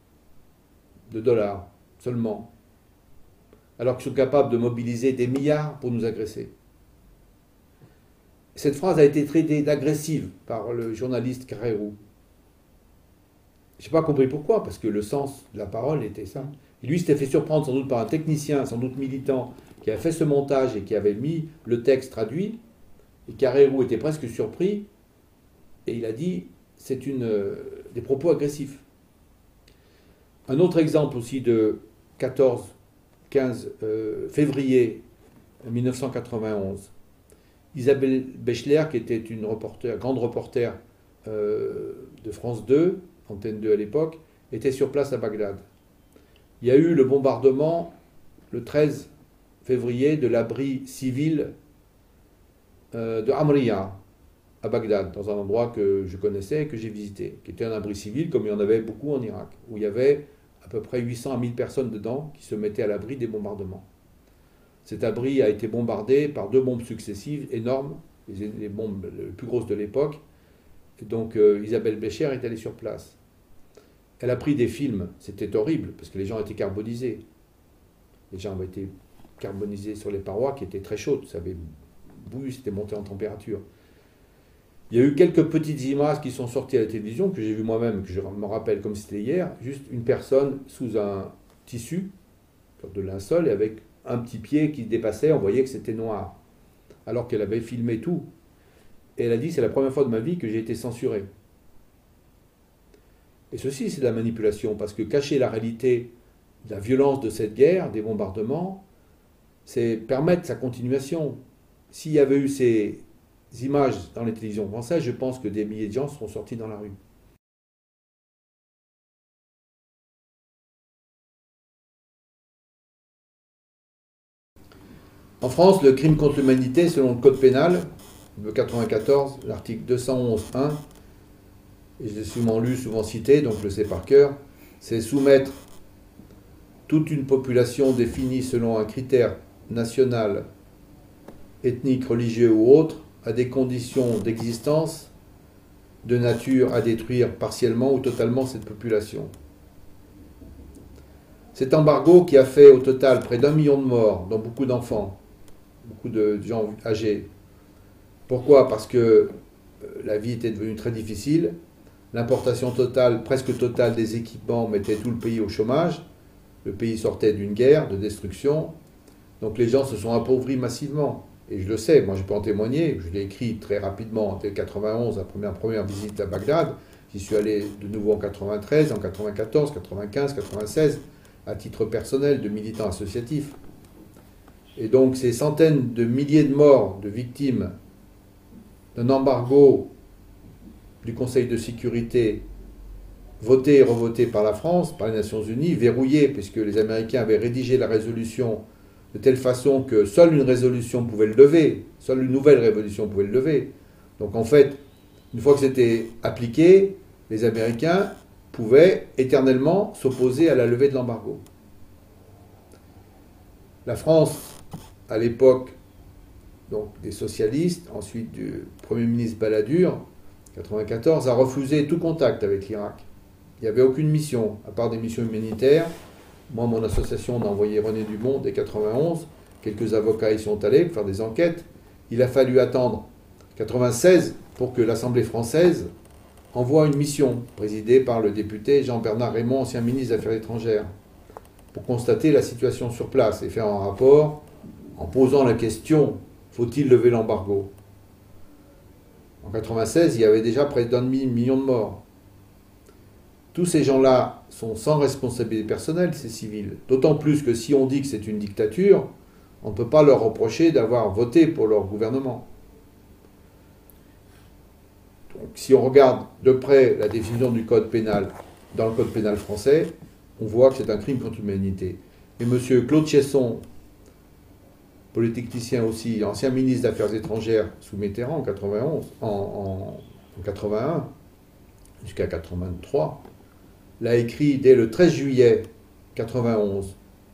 de dollars seulement, alors qu'ils sont capables de mobiliser des milliards pour nous agresser. Cette phrase a été traitée d'agressive par le journaliste Carrérou. Je n'ai pas compris pourquoi, parce que le sens de la parole était ça. Et lui s'était fait surprendre sans doute par un technicien, sans doute militant, qui avait fait ce montage et qui avait mis le texte traduit. Et Carrérou était presque surpris, et il a dit, c'est une, euh, des propos agressifs. Un autre exemple aussi de quatorze quinze euh, février mille neuf cent quatre-vingt-onze. Isabelle Bechler, qui était une reporter, grande reporter euh, de France deux, Antenne deux à l'époque, était sur place à Bagdad. Il y a eu le bombardement le treize février de l'abri civil euh, de Amriya à Bagdad, dans un endroit que je connaissais et que j'ai visité, qui était un abri civil comme il y en avait beaucoup en Irak, où il y avait à peu près huit cents à mille personnes dedans qui se mettaient à l'abri des bombardements. Cet abri a été bombardé par deux bombes successives énormes, les, les bombes les plus grosses de l'époque. Donc euh, Isabelle Bécher est allée sur place. Elle a pris des films, c'était horrible, parce que les gens étaient carbonisés. Les gens avaient été carbonisés sur les parois qui étaient très chaudes, ça avait bouilli, c'était monté en température. Il y a eu quelques petites images qui sont sorties à la télévision, que j'ai vu moi-même, que je me rappelle comme c'était hier, juste une personne sous un tissu, de linceul, et avec un petit pied qui dépassait, on voyait que c'était noir, alors qu'elle avait filmé tout. Et elle a dit, c'est la première fois de ma vie que j'ai été censuré. Et ceci, c'est de la manipulation, parce que cacher la réalité de la violence de cette guerre, des bombardements, c'est permettre sa continuation. S'il y avait eu ces images dans les télévisions françaises, je pense que des milliers de gens seront sortis dans la rue. En France, le crime contre l'humanité, selon le code pénal, le quatre-vingt-quatorze, l'article deux cent onze point un, et je l'ai souvent lu, souvent cité, donc je le sais par cœur, c'est soumettre toute une population définie selon un critère national, ethnique, religieux ou autre, à des conditions d'existence de nature à détruire partiellement ou totalement cette population. Cet embargo qui a fait au total près d'un million de morts, dont beaucoup d'enfants, beaucoup de gens âgés. Pourquoi? Parce que la vie était devenue très difficile, l'importation totale, presque totale des équipements mettait tout le pays au chômage, le pays sortait d'une guerre, de destruction, donc les gens se sont appauvris massivement. Et je le sais, moi je peux en témoigner, je l'ai écrit très rapidement en quatre-vingt-onze, la première, première visite à Bagdad, j'y suis allé de nouveau en quatre-vingt-treize, en quatre-vingt-quatorze, quatre-vingt-quinze, quatre-vingt-seize, à titre personnel de militant associatif. Et donc ces centaines de milliers de morts, de victimes d'un embargo du Conseil de sécurité voté et revoté par la France, par les Nations Unies, verrouillé, puisque les Américains avaient rédigé la résolution de telle façon que seule une résolution pouvait le lever, seule une nouvelle résolution pouvait le lever. Donc en fait, une fois que c'était appliqué, les Américains pouvaient éternellement s'opposer à la levée de l'embargo. La France, à l'époque donc des socialistes, ensuite du Premier ministre Balladur, quatre-vingt-quatorze, a refusé tout contact avec l'Irak. Il n'y avait aucune mission, à part des missions humanitaires. Moi, mon association a envoyé René Dumont dès quatre-vingt-onze. Quelques avocats y sont allés pour faire des enquêtes. Il a fallu attendre quatre-vingt-seize pour que l'Assemblée française envoie une mission présidée par le député Jean-Bernard Raymond, ancien ministre des Affaires étrangères, pour constater la situation sur place et faire un rapport en posant la question « Faut-il lever l'embargo ?» En quatre-vingt-seize, il y avait déjà près d'un demi-million de morts. Tous ces gens-là sont sans responsabilité personnelle, ces civils. D'autant plus que si on dit que c'est une dictature, on ne peut pas leur reprocher d'avoir voté pour leur gouvernement. Donc, si on regarde de près la définition du code pénal dans le code pénal français, on voit que c'est un crime contre l'humanité. Et M. Claude Chesson, polytechnicien aussi, ancien ministre des Affaires étrangères sous Mitterrand en quatre-vingt-onze, en, en, en quatre-vingt-un jusqu'à quatre-vingt-trois, l'a écrit dès le treize juillet quatre-vingt-onze.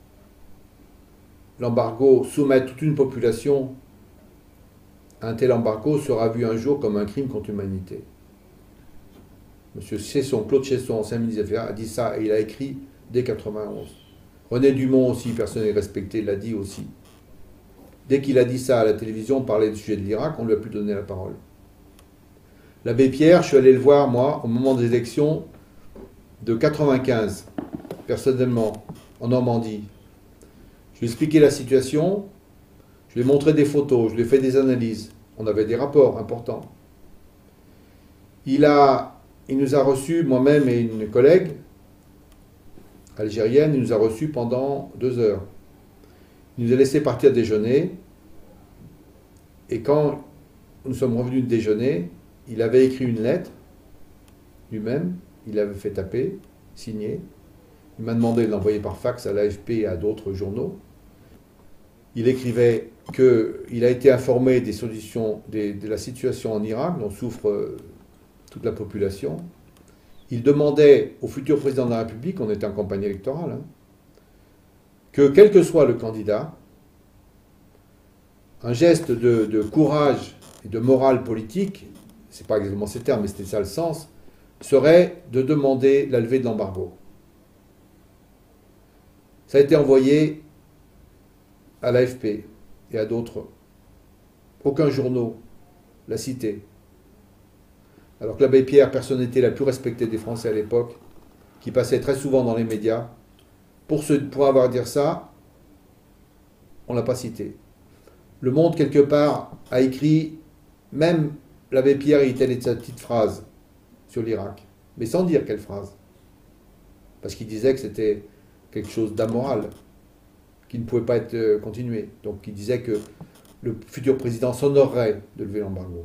L'embargo soumet toute une population à un tel embargo sera vu un jour comme un crime contre l'humanité. M. Chesson, Claude Chesson, ancien ministre des Affaires, a dit ça et il a écrit dès quatre-vingt-onze. René Dumont aussi, personne n'est respecté, l'a dit aussi. Dès qu'il a dit ça à la télévision, on parlait du sujet de l'Irak, on ne lui a plus donné la parole. L'abbé Pierre, je suis allé le voir, moi, au moment des élections de quatre-vingt-quinze, personnellement, en Normandie. Je lui ai expliqué la situation, je lui ai montré des photos, je lui ai fait des analyses. On avait des rapports importants. Il, a, il nous a reçus, moi-même et une collègue algérienne, il nous a reçus pendant deux heures. Il nous a laissé partir déjeuner, et quand nous sommes revenus de déjeuner, il avait écrit une lettre, lui-même, il l'avait fait taper, signer. Il m'a demandé de l'envoyer par fax à l'A F P et à d'autres journaux. Il écrivait qu'il a été informé des solutions, des, de la situation en Irak, dont souffre euh, toute la population. Il demandait au futur président de la République, on était en campagne électorale, hein, que quel que soit le candidat, un geste de, de courage et de morale politique, c'est pas exactement ces termes, mais c'était ça le sens, serait de demander la levée de l'embargo. Ça a été envoyé à l'A F P et à d'autres. Aucun journal l'a cité. Alors que l'abbé Pierre, personnalité la plus respectée des Français à l'époque, qui passait très souvent dans les médias, pour, ce, pour avoir à dire ça, on ne l'a pas cité. Le Monde, quelque part, a écrit, même l'abbé Pierre, il était sa petite phrase sur l'Irak, mais sans dire quelle phrase. Parce qu'il disait que c'était quelque chose d'amoral, qui ne pouvait pas être euh, continué. Donc il disait que le futur président s'honorerait de lever l'embargo.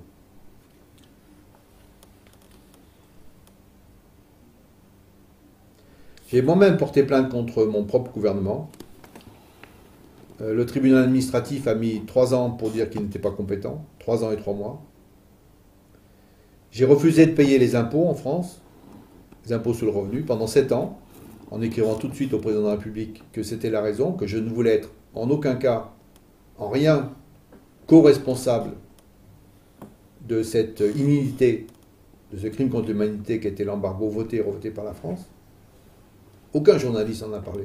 J'ai moi-même porté plainte contre mon propre gouvernement. Euh, le tribunal administratif a mis trois ans pour dire qu'il n'était pas compétent, trois ans et trois mois. J'ai refusé de payer les impôts en France, les impôts sur le revenu, pendant sept ans, en écrivant tout de suite au président de la République que c'était la raison, que je ne voulais être en aucun cas, en rien, co-responsable de cette inhumanité, de ce crime contre l'humanité qui était l'embargo voté et revoté par la France. Aucun journaliste n'en a parlé.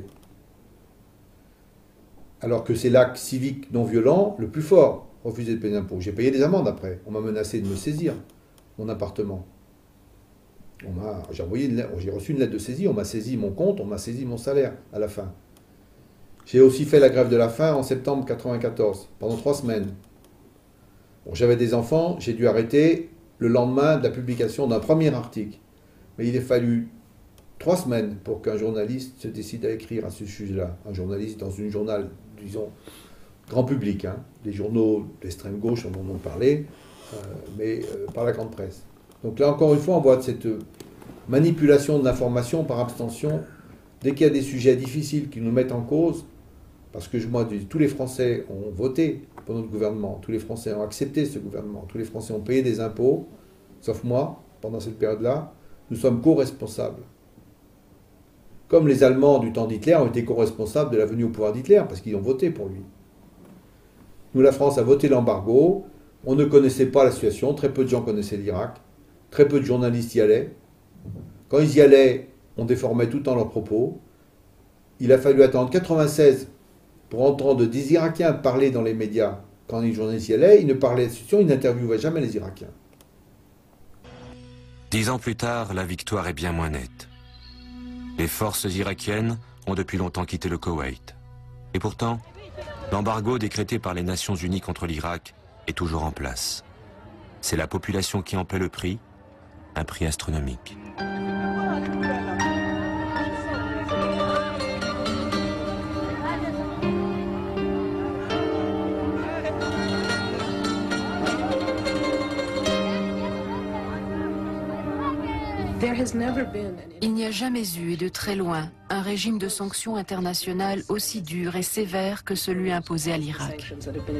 Alors que c'est l'acte civique non violent le plus fort, refuser de payer des impôts. J'ai payé des amendes après. On m'a menacé de me saisir mon appartement. On m'a, j'ai, envoyé une, j'ai reçu une lettre de saisie, on m'a saisi mon compte, on m'a saisi mon salaire à la fin. J'ai aussi fait la grève de la faim en septembre quatre-vingt-quatorze, pendant trois semaines. Bon, j'avais des enfants, j'ai dû arrêter le lendemain de la publication d'un premier article. Mais il a fallu trois semaines pour qu'un journaliste se décide à écrire à ce sujet-là. Un journaliste dans une journal, disons, grand public. Hein. Les journaux d'extrême gauche en ont parlé, euh, mais euh, par la grande presse. Donc là, encore une fois, on voit cette manipulation de l'information par abstention. Dès qu'il y a des sujets difficiles qui nous mettent en cause, parce que moi, tous les Français ont voté pour notre gouvernement, tous les Français ont accepté ce gouvernement, tous les Français ont payé des impôts, sauf moi, pendant cette période-là, nous sommes co-responsables. Comme les Allemands du temps d'Hitler ont été co-responsables de la venue au pouvoir d'Hitler, parce qu'ils ont voté pour lui. Nous, la France a voté l'embargo, on ne connaissait pas la situation, très peu de gens connaissaient l'Irak, très peu de journalistes y allaient. Quand ils y allaient, on déformait tout le temps leurs propos. Il a fallu attendre quatre-vingt-seize pour entendre des Irakiens parler dans les médias. Quand les journalistes y allaient, ils ne parlaient de la situation, ils n'interviewaient jamais les Irakiens. Dix ans plus tard, la victoire est bien moins nette. Les forces irakiennes ont depuis longtemps quitté le Koweït. Et pourtant, l'embargo décrété par les Nations Unies contre l'Irak est toujours en place. C'est la population qui en paie le prix, un prix astronomique. Il n'y a jamais eu, et de très loin, un régime de sanctions internationales aussi dur et sévère que celui imposé à l'Irak.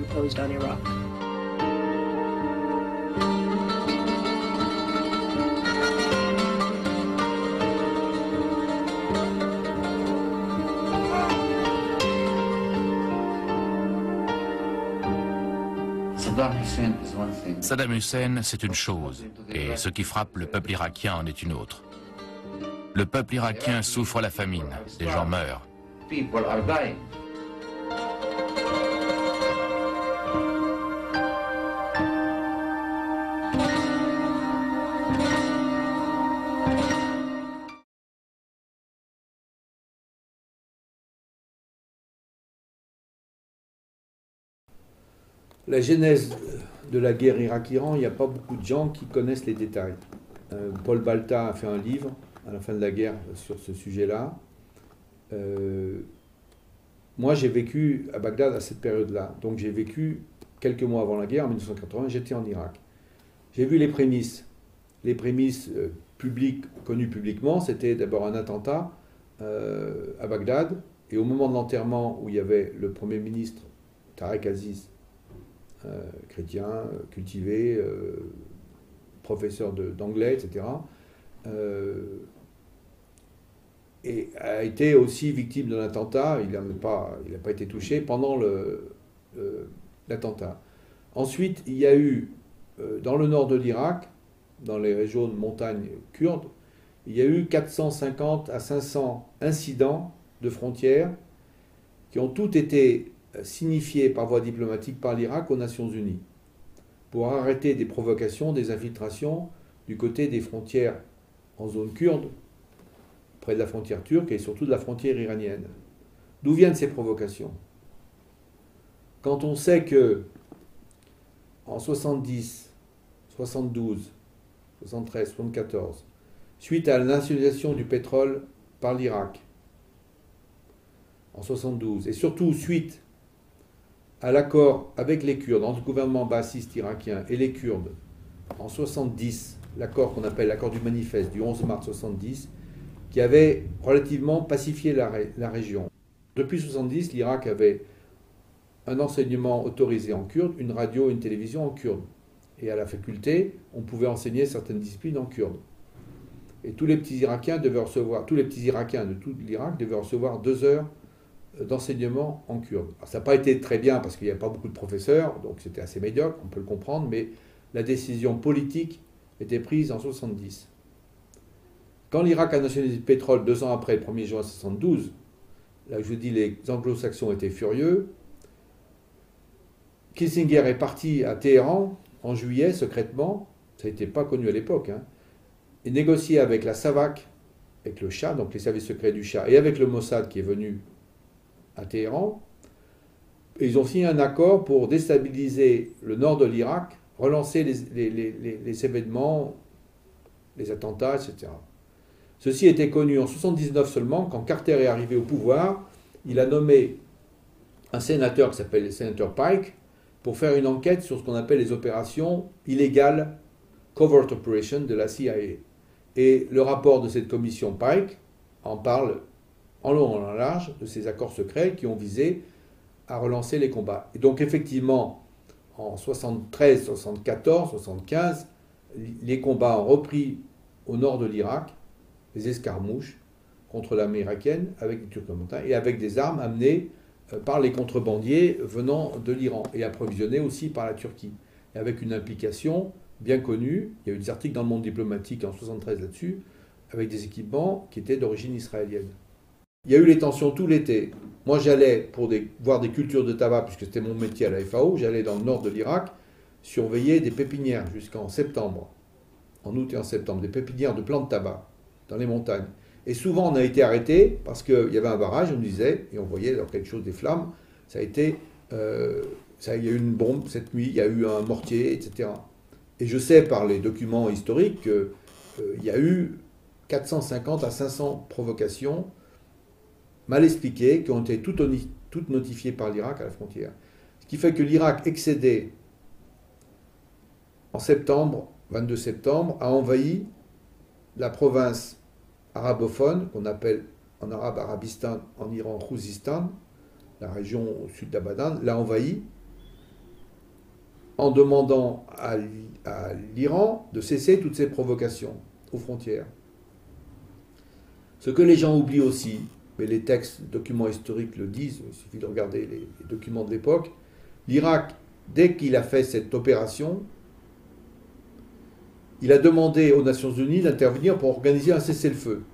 Saddam Hussein, c'est une chose, et ce qui frappe le peuple irakien en est une autre. Le peuple irakien souffre la famine, des gens meurent. La genèse de la guerre Irak-Iran, il n'y a pas beaucoup de gens qui connaissent les détails. Euh, Paul Balta a fait un livre à la fin de la guerre sur ce sujet-là. Euh, moi, j'ai vécu à Bagdad à cette période-là. Donc j'ai vécu quelques mois avant la guerre, en mille neuf cent quatre-vingts, j'étais en Irak. J'ai vu les prémices. Les prémices euh, publiques, connues publiquement, c'était d'abord un attentat euh, à Bagdad. Et au moment de l'enterrement, où il y avait le Premier ministre Tarek Aziz, Euh, chrétien, euh, cultivé, euh, professeur de, d'anglais, et cetera, euh, et a été aussi victime d'un attentat. Il n'a pas, il n'a pas été touché pendant le, le, l'attentat. Ensuite, il y a eu, euh, dans le nord de l'Irak, dans les régions de montagne kurdes, il y a eu quatre cent cinquante à cinq cents incidents de frontières qui ont tous été signifié par voie diplomatique par l'Irak aux Nations Unies pour arrêter des provocations, des infiltrations du côté des frontières en zone kurde, près de la frontière turque et surtout de la frontière iranienne. D'où viennent ces provocations? Quand on sait que en soixante-dix, soixante-douze, soixante-treize, soixante-quatorze, suite à la nationalisation du pétrole par l'Irak, en soixante-douze, et surtout suite à l'accord avec les Kurdes, entre le gouvernement baathiste irakien et les Kurdes, en soixante-dix, l'accord qu'on appelle l'accord du manifeste du onze mars soixante-dix, qui avait relativement pacifié la, ré la région. Depuis soixante-dix, l'Irak avait un enseignement autorisé en kurde, une radio et une télévision en kurde. Et à la faculté, on pouvait enseigner certaines disciplines en kurde. Et tous les petits Irakiens devaient recevoir, tous les petits Irakiens de tout l'Irak devaient recevoir deux heures d'enseignement en kurde. Alors, ça n'a pas été très bien parce qu'il n'y a pas beaucoup de professeurs, donc c'était assez médiocre, on peut le comprendre, mais la décision politique était prise en soixante-dix. Quand l'Irak a nationalisé le pétrole deux ans après, le premier juin soixante-douze, là je vous dis les anglo-saxons étaient furieux, Kissinger est parti à Téhéran en juillet secrètement, ça n'était pas connu à l'époque, hein, et négocié avec la SAVAK, avec le Shah, donc les services secrets du Shah, et avec le Mossad qui est venu à Téhéran. Et ils ont signé un accord pour déstabiliser le nord de l'Irak, relancer les, les, les, les événements, les attentats, et cetera. Ceci était connu en soixante-dix-neuf seulement, quand Carter est arrivé au pouvoir, il a nommé un sénateur qui s'appelle le sénateur Pike pour faire une enquête sur ce qu'on appelle les opérations illégales, covert operation de la C I A. Et le rapport de cette commission Pike en parle en long et en large de ces accords secrets qui ont visé à relancer les combats. Et donc effectivement, en soixante-treize, soixante-quatorze, soixante-quinze, les combats ont repris au nord de l'Irak, les escarmouches contre l'armée irakienne avec les Turkméniens et avec des armes amenées par les contrebandiers venant de l'Iran et approvisionnées aussi par la Turquie. Et avec une implication bien connue, il y a eu des articles dans le monde diplomatique en soixante-treize là-dessus, avec des équipements qui étaient d'origine israélienne. Il y a eu les tensions tout l'été. Moi j'allais pour des, voir des cultures de tabac, puisque c'était mon métier à la F A O, j'allais dans le nord de l'Irak surveiller des pépinières jusqu'en septembre, en août et en septembre, des pépinières de plants de tabac dans les montagnes. Et souvent, on a été arrêté parce qu'il y avait un barrage, on nous disait, et on voyait dans quelque chose des flammes, ça a été, euh, ça, il y a eu une bombe cette nuit, il y a eu un mortier, et cetera. Et je sais par les documents historiques qu'il euh, y a eu quatre cent cinquante à cinq cents provocations mal expliquées qui ont été toutes, toutes notifiées par l'Irak à la frontière. Ce qui fait que l'Irak excédé en septembre, vingt-deux septembre, a envahi la province arabophone, qu'on appelle en arabe Arabistan, en Iran Khouzistan, la région au sud d'Abadan, l'a envahi en demandant à l'Iran de cesser toutes ces provocations aux frontières. Ce que les gens oublient aussi, mais les textes, documents historiques le disent, il suffit de regarder les, les documents de l'époque, l'Irak, dès qu'il a fait cette opération, il a demandé aux Nations Unies d'intervenir pour organiser un cessez-le-feu.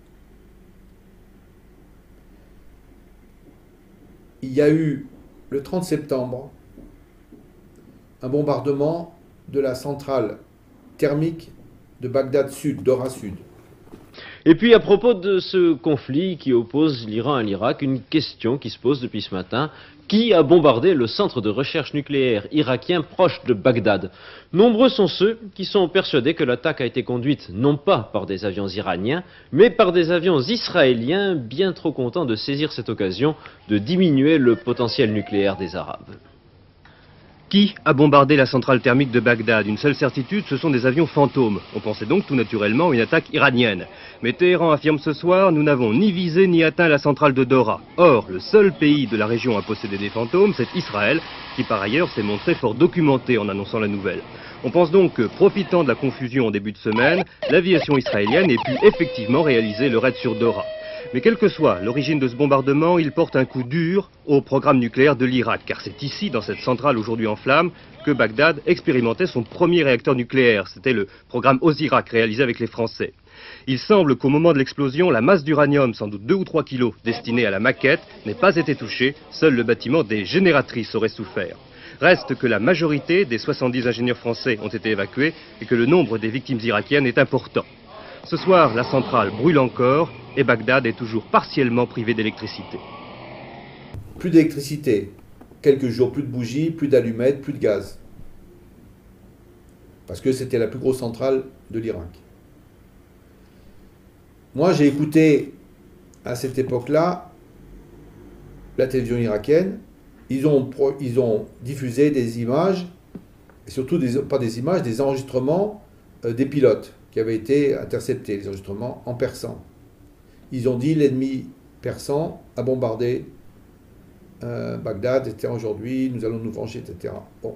Il y a eu, le trente septembre, un bombardement de la centrale thermique de Bagdad Sud, Dora Sud. Et puis à propos de ce conflit qui oppose l'Iran à l'Irak, une question qui se pose depuis ce matin. Qui a bombardé le centre de recherche nucléaire irakien proche de Bagdad? Nombreux sont ceux qui sont persuadés que l'attaque a été conduite non pas par des avions iraniens, mais par des avions israéliens bien trop contents de saisir cette occasion de diminuer le potentiel nucléaire des Arabes. Qui a bombardé la centrale thermique de Bagdad? Une seule certitude, ce sont des avions fantômes. On pensait donc tout naturellement à une attaque iranienne. Mais Téhéran affirme ce soir, nous n'avons ni visé ni atteint la centrale de Dora. Or, le seul pays de la région à posséder des fantômes, c'est Israël, qui par ailleurs s'est montré fort documenté en annonçant la nouvelle. On pense donc que, profitant de la confusion en début de semaine, l'aviation israélienne ait pu effectivement réaliser le raid sur Dora. Mais quelle que soit l'origine de ce bombardement, il porte un coup dur au programme nucléaire de l'Irak, car c'est ici, dans cette centrale aujourd'hui en flammes, que Bagdad expérimentait son premier réacteur nucléaire. C'était le programme Osirak réalisé avec les Français. Il semble qu'au moment de l'explosion, la masse d'uranium, sans doute deux ou trois kilos, destinée à la maquette, n'ait pas été touchée. Seul le bâtiment des génératrices aurait souffert. Reste que la majorité des soixante-dix ingénieurs français ont été évacués et que le nombre des victimes irakiennes est important. Ce soir, la centrale brûle encore et Bagdad est toujours partiellement privée d'électricité. Plus d'électricité, quelques jours, plus de bougies, plus d'allumettes, plus de gaz. Parce que c'était la plus grosse centrale de l'Irak. Moi, j'ai écouté à cette époque-là la télévision irakienne. Ils ont, ils ont diffusé des images, et surtout des, pas des images, des enregistrements euh, des pilotes qui avaient été interceptés, les enregistrements en persan. Ils ont dit l'ennemi persan a bombardé euh, Bagdad, et cetera. Aujourd'hui, nous allons nous venger, et cetera. Bon.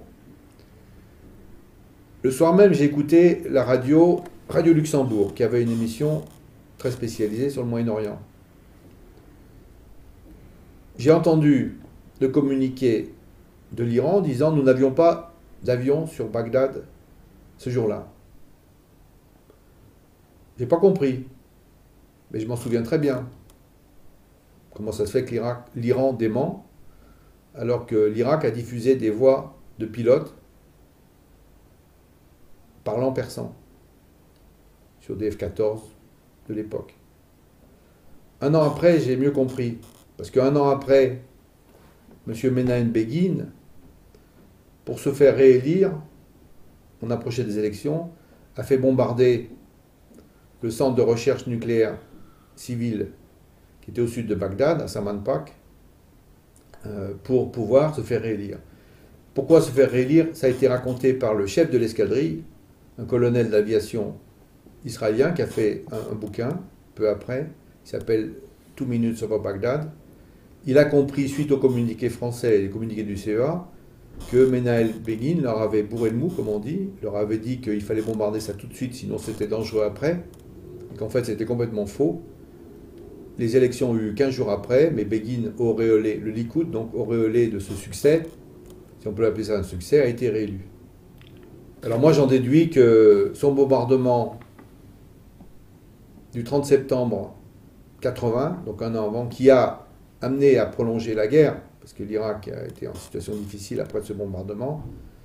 Le soir même, j'ai écouté la radio, Radio Luxembourg, qui avait une émission très spécialisée sur le Moyen-Orient. J'ai entendu le communiqué de l'Iran disant « Nous n'avions pas d'avion sur Bagdad ce jour-là ». Je n'ai pas compris, mais je m'en souviens très bien. Comment ça se fait que l'Iran dément alors que l'Irak a diffusé des voix de pilotes parlant persan sur des F quatorze de l'époque. Un an après, j'ai mieux compris, parce qu'un an après, M. Menahem Begin, pour se faire réélire, on approchait des élections, a fait bombarder le centre de recherche nucléaire civil qui était au sud de Bagdad, à Samanpak, euh, pour pouvoir se faire réélire. Pourquoi se faire réélire? Ça a été raconté par le chef de l'escadrille, un colonel d'aviation israélien qui a fait un, un bouquin, peu après, qui s'appelle Two Minutes over Baghdad. Il a compris, suite aux communiqués français et les communiqués du C E A, que Menahem Begin leur avait bourré le mou, comme on dit, leur avait dit qu'il fallait bombarder ça tout de suite, sinon c'était dangereux après, et qu'en fait c'était complètement faux. Les élections ont eu quinze jours après, mais Begin, auréolé, le Likoud, donc auréolé de ce succès, si on peut appeler ça un succès, a été réélu. Alors moi j'en déduis que son bombardement du trente septembre quatre-vingts, donc un an avant, qui a amené à prolonger la guerre, parce que l'Irak a été en situation difficile après ce bombardement,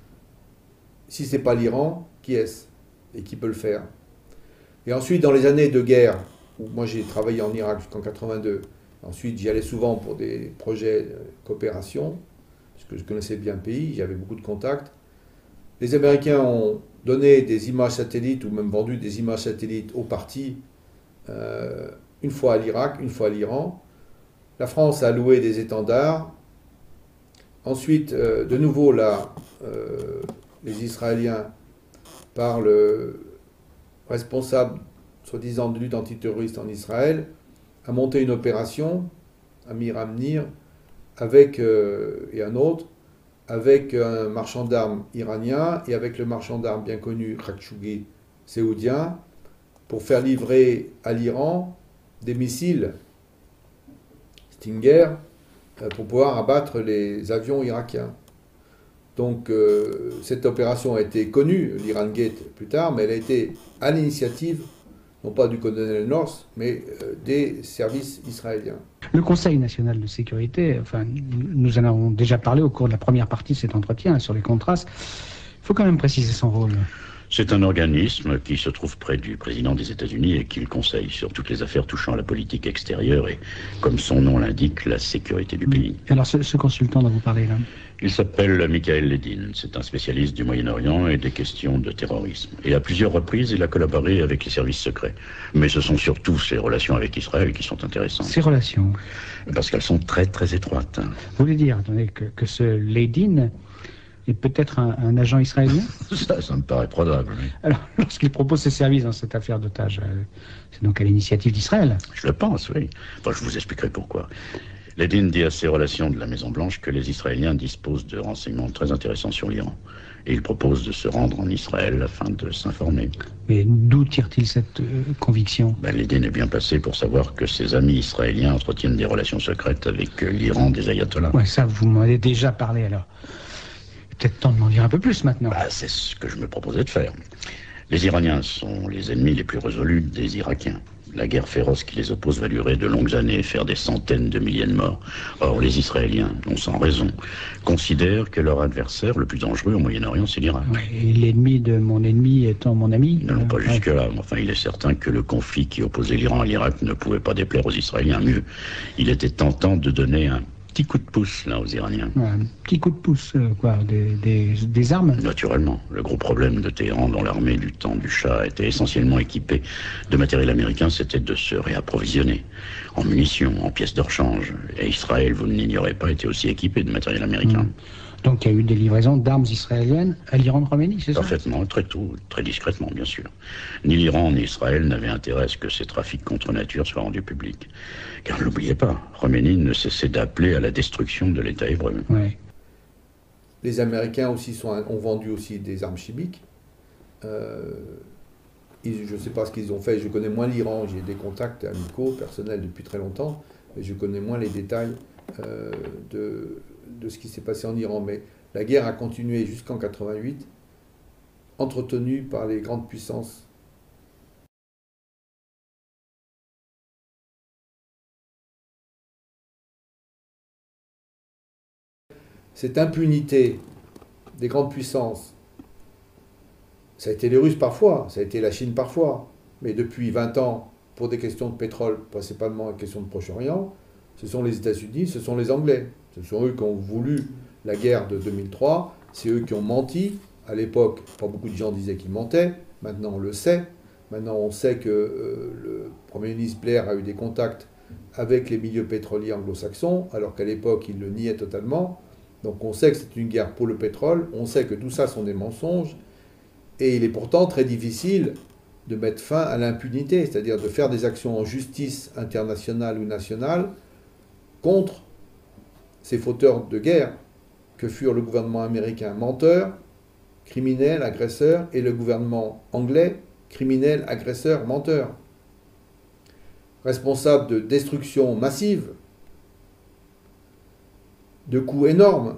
si ce n'est pas l'Iran, qui est-ce? Et qui peut le faire? Et ensuite, dans les années de guerre, où moi j'ai travaillé en Irak jusqu'en quatre-vingt-deux, ensuite j'y allais souvent pour des projets de coopération, parce que je connaissais bien le pays, j'avais beaucoup de contacts. Les Américains ont donné des images satellites, ou même vendu des images satellites aux partis, euh, une fois à l'Irak, une fois à l'Iran. La France a loué des étendards. Ensuite, euh, de nouveau, là, euh, les Israéliens, par le responsable, soi-disant, de lutte antiterroriste en Israël, a monté une opération, Amir Amnir, avec, euh, et un autre, avec un marchand d'armes iranien et avec le marchand d'armes bien connu, Khashoggi, séoudien, pour faire livrer à l'Iran des missiles Stinger pour pouvoir abattre les avions irakiens. Donc euh, cette opération a été connue, l'Iran Gate plus tard, mais elle a été à l'initiative, non pas du colonel North, mais euh, des services israéliens. Le Conseil national de sécurité, enfin, nous en avons déjà parlé au cours de la première partie de cet entretien sur les contrastes. Il faut quand même préciser son rôle. C'est un organisme qui se trouve près du président des États-Unis et qui le conseille sur toutes les affaires touchant à la politique extérieure et, comme son nom l'indique, la sécurité du pays. Et alors, ce, ce consultant dont vous parlez là? Il s'appelle Michael Ledin. C'est un spécialiste du Moyen-Orient et des questions de terrorisme. Et à plusieurs reprises, il a collaboré avec les services secrets. Mais ce sont surtout ses relations avec Israël qui sont intéressantes. Ces relations? Parce qu'elles sont très, très étroites. Vous voulez dire, attendez, que, que ce Ledin est peut-être un, un agent israélien? Ça, ça me paraît probable, oui. Alors, lorsqu'il propose ses services dans cette affaire d'otage, euh, c'est donc à l'initiative d'Israël? Je le pense, oui. Enfin, je vous expliquerai pourquoi. Ledin dit à ses relations de la Maison-Blanche que les Israéliens disposent de renseignements très intéressants sur l'Iran. Et il propose de se rendre en Israël afin de s'informer. Mais d'où tire-t-il cette euh, conviction? Ben, Ledin est bien placé pour savoir que ses amis israéliens entretiennent des relations secrètes avec euh, l'Iran des ayatollahs. Ouais, ça, vous m'en avez déjà parlé alors. Peut-être temps de m'en dire un peu plus maintenant. Bah, c'est ce que je me proposais de faire. Les Iraniens sont les ennemis les plus résolus des Irakiens. La guerre féroce qui les oppose va durer de longues années et faire des centaines de milliers de morts. Or, les Israéliens, non sans raison, considèrent que leur adversaire le plus dangereux au Moyen-Orient, c'est l'Irak. Ouais, et l'ennemi de mon ennemi étant mon ami. N'allons pas euh, jusque-là. Enfin, il est certain que le conflit qui opposait l'Iran à l'Irak ne pouvait pas déplaire aux Israéliens. Mieux, il était tentant de donner un petit coup de pouce là aux Iraniens. Ouais, un petit coup de pouce, euh, quoi, des, des, des armes. Naturellement. Le gros problème de Téhéran, dont l'armée du temps du Shah était essentiellement équipée de matériel américain, c'était de se réapprovisionner en munitions, en pièces de rechange. Et Israël, vous ne l'ignorez pas, était aussi équipé de matériel américain. Mmh. Donc il y a eu des livraisons d'armes israéliennes à l'Iran de Khomeini, c'est ça? Parfaitement, très tôt, très discrètement, bien sûr. Ni l'Iran ni Israël n'avaient intérêt à ce que ces trafics contre nature soient rendus publics. Car n'oubliez pas, Khomeini ne cessait d'appeler à la destruction de l'État hébreu. Ouais. Les Américains aussi sont, ont vendu aussi des armes chimiques. Euh, ils, je ne sais pas ce qu'ils ont fait, je connais moins l'Iran, j'ai des contacts amicaux, personnels depuis très longtemps, mais je connais moins les détails euh, de... de ce qui s'est passé en Iran, mais la guerre a continué jusqu'en quatre-vingt-huit, entretenue par les grandes puissances. Cette impunité des grandes puissances, ça a été les Russes parfois, ça a été la Chine parfois, mais depuis vingt ans, pour des questions de pétrole, principalement des questions de Proche-Orient, ce sont les États-Unis, ce sont les Anglais. Ce sont eux qui ont voulu la guerre de deux mille trois, c'est eux qui ont menti. À l'époque, pas beaucoup de gens disaient qu'ils mentaient, maintenant on le sait. Maintenant on sait que euh, le Premier ministre Blair a eu des contacts avec les milieux pétroliers anglo-saxons, alors qu'à l'époque il le niait totalement. Donc on sait que c'est une guerre pour le pétrole, on sait que tout ça sont des mensonges, et il est pourtant très difficile de mettre fin à l'impunité, c'est-à-dire de faire des actions en justice internationale ou nationale contre ces fauteurs de guerre que furent le gouvernement américain menteur, criminel, agresseur, et le gouvernement anglais, criminel, agresseur, menteur. Responsable de destruction massive, de coûts énormes.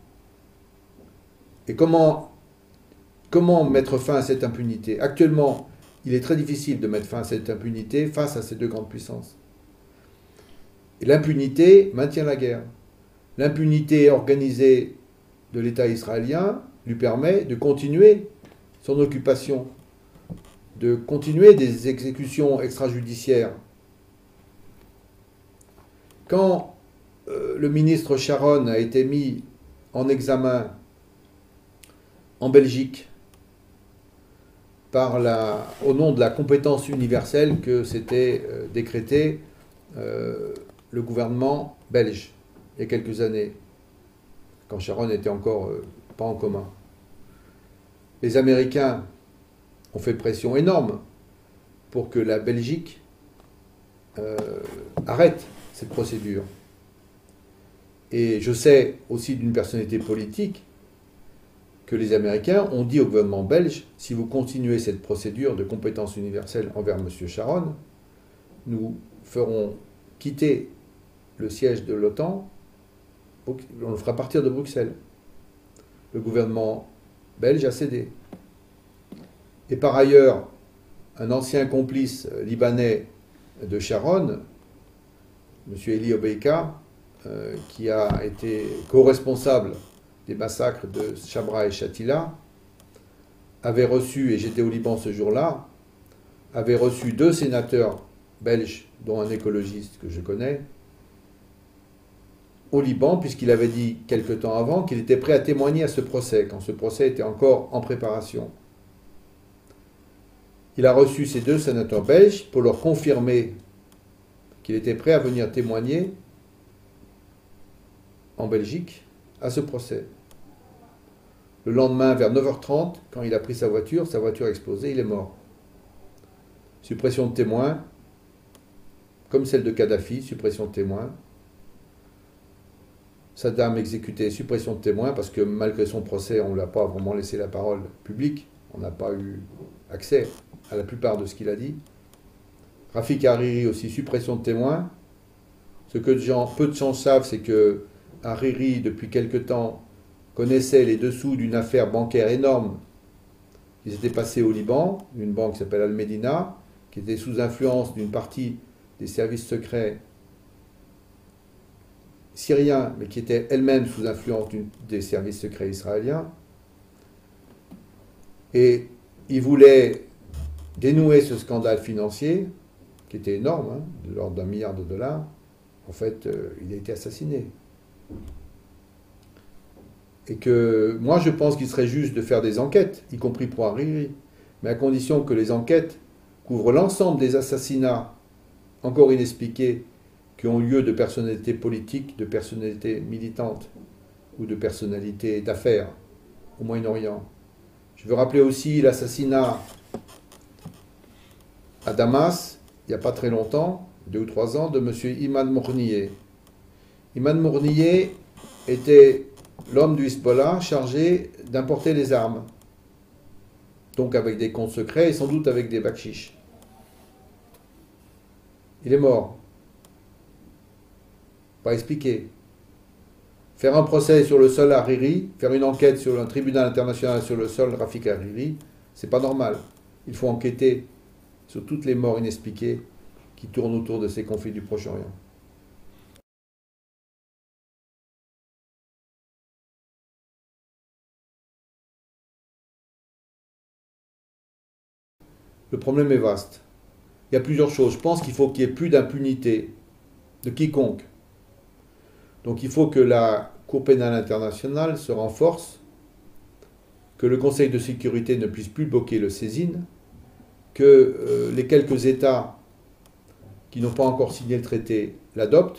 Et comment, comment mettre fin à cette impunité? Actuellement, il est très difficile de mettre fin à cette impunité face à ces deux grandes puissances. Et l'impunité maintient la guerre. L'impunité organisée de l'État israélien lui permet de continuer son occupation, de continuer des exécutions extrajudiciaires. Quand euh, le ministre Sharon a été mis en examen en Belgique par la, au nom de la compétence universelle que s'était euh, décrété euh, le gouvernement belge il y a quelques années, quand Sharon n'était encore euh, pas en commun. Les Américains ont fait pression énorme pour que la Belgique euh, arrête cette procédure. Et je sais aussi d'une personnalité politique que les Américains ont dit au gouvernement belge, si vous continuez cette procédure de compétence universelle envers M. Sharon, nous ferons quitter le siège de l'OTAN, on le fera partir de Bruxelles. Le gouvernement belge a cédé. Et par ailleurs, un ancien complice libanais de Sharon, M. Eli Obeika, euh, qui a été co-responsable des massacres de Chabra et Shatila, avait reçu, et j'étais au Liban ce jour-là, avait reçu deux sénateurs belges, dont un écologiste que je connais, au Liban, puisqu'il avait dit quelque temps avant qu'il était prêt à témoigner à ce procès, quand ce procès était encore en préparation. Il a reçu ces deux sénateurs belges pour leur confirmer qu'il était prêt à venir témoigner en Belgique à ce procès. Le lendemain, vers neuf heures trente, quand il a pris sa voiture, sa voiture a explosé, il est mort. Suppression de témoins, comme celle de Kadhafi, suppression de témoins. Saddam exécuté, suppression de témoins, parce que malgré son procès, on ne lui a pas vraiment laissé la parole publique. On n'a pas eu accès à la plupart de ce qu'il a dit. Rafik Hariri aussi, suppression de témoins. Ce que de gens, peu de gens savent, c'est que Hariri, depuis quelque temps, connaissait les dessous d'une affaire bancaire énorme qui s'était passée au Liban, une banque qui s'appelle Al-Medina, qui était sous influence d'une partie des services secrets syriens, mais qui était elle-même sous influence des services secrets israéliens. Et il voulait dénouer ce scandale financier, qui était énorme, hein, de l'ordre d'un milliard de dollars. En fait, euh, il a été assassiné. Et que moi, je pense qu'il serait juste de faire des enquêtes, y compris pour Hariri, mais à condition que les enquêtes couvrent l'ensemble des assassinats encore inexpliqués qui ont lieu de personnalités politiques, de personnalités militantes ou de personnalités d'affaires au Moyen-Orient. Je veux rappeler aussi l'assassinat à Damas, il n'y a pas très longtemps, deux ou trois ans, de M. Imad Mournier. Imad Mournier était l'homme du Hezbollah chargé d'importer les armes, donc avec des comptes secrets et sans doute avec des bakchiches. Il est mort. Pas expliqué. Faire un procès sur le sol Hariri, faire une enquête sur un tribunal international sur le sol Rafik Hariri, c'est pas normal. Il faut enquêter sur toutes les morts inexpliquées qui tournent autour de ces conflits du Proche-Orient. Le problème est vaste. Il y a plusieurs choses. Je pense qu'il faut qu'il n'y ait plus d'impunité de quiconque. Donc il faut que la Cour pénale internationale se renforce, que le Conseil de sécurité ne puisse plus bloquer le saisine, que euh, les quelques États qui n'ont pas encore signé le traité l'adoptent,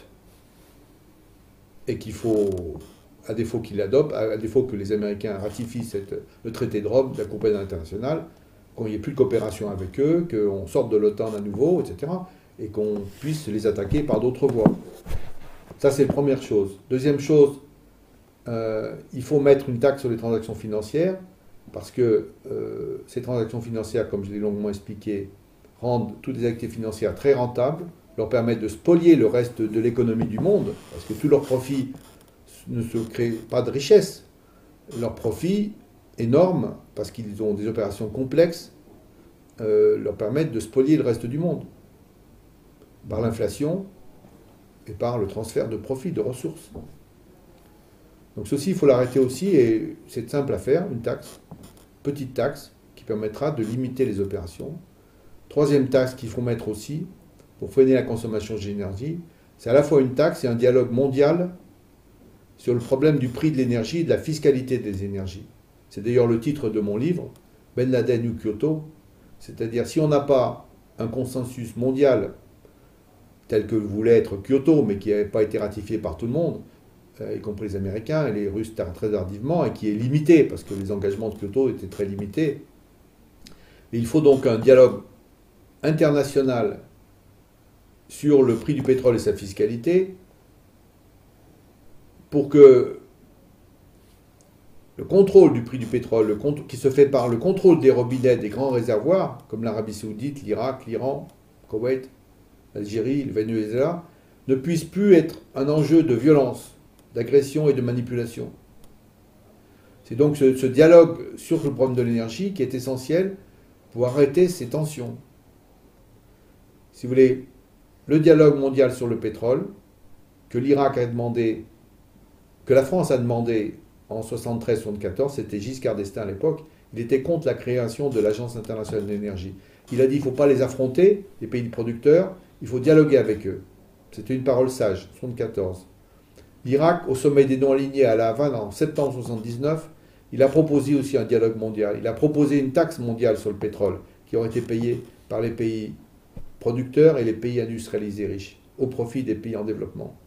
et qu'il faut, à défaut qu'ils l'adoptent, à défaut que les Américains ratifient cette, le traité de Rome de la Cour pénale internationale, qu'il n'y ait plus de coopération avec eux, qu'on sorte de l'OTAN à nouveau, et cetera, et qu'on puisse les attaquer par d'autres voies. Ça, c'est la première chose. Deuxième chose, euh, il faut mettre une taxe sur les transactions financières, parce que euh, ces transactions financières, comme je l'ai longuement expliqué, rendent toutes les activités financières très rentables, leur permettent de spolier le reste de l'économie du monde, parce que tous leurs profits ne se créent pas de richesse. Leurs profits énormes, parce qu'ils ont des opérations complexes, euh, leur permettent de spolier le reste du monde, par l'inflation et par le transfert de profits, de ressources. Donc ceci, il faut l'arrêter aussi, et c'est simple à faire, une taxe, petite taxe, qui permettra de limiter les opérations. Troisième taxe qu'il faut mettre aussi, pour freiner la consommation d'énergie, c'est à la fois une taxe et un dialogue mondial sur le problème du prix de l'énergie et de la fiscalité des énergies. C'est d'ailleurs le titre de mon livre, Ben Laden ou Kyoto, c'est-à-dire si on n'a pas un consensus mondial tel que voulait être Kyoto, mais qui n'avait pas été ratifié par tout le monde, y compris les Américains et les Russes très tardivement, et qui est limité, parce que les engagements de Kyoto étaient très limités. Et il faut donc un dialogue international sur le prix du pétrole et sa fiscalité, pour que le contrôle du prix du pétrole, le qui se fait par le contrôle des robinets des grands réservoirs, comme l'Arabie Saoudite, l'Irak, l'Iran, le Koweït, l'Algérie, le Venezuela, ne puisse plus être un enjeu de violence, d'agression et de manipulation. C'est donc ce, ce dialogue sur le problème de l'énergie qui est essentiel pour arrêter ces tensions. Si vous voulez, le dialogue mondial sur le pétrole, que l'Irak a demandé, que la France a demandé en soixante-treize soixante-quatorze, c'était Giscard d'Estaing à l'époque, il était contre la création de l'Agence internationale de l'énergie. Il a dit qu'il ne faut pas les affronter, les pays producteurs, il faut dialoguer avec eux. C'était une parole sage, soixante-quatorze. L'Irak, au sommet des non-alignés à La Havane en septembre soixante-dix-neuf, il a proposé aussi un dialogue mondial. Il a proposé une taxe mondiale sur le pétrole qui aurait été payée par les pays producteurs et les pays industrialisés riches, au profit des pays en développement.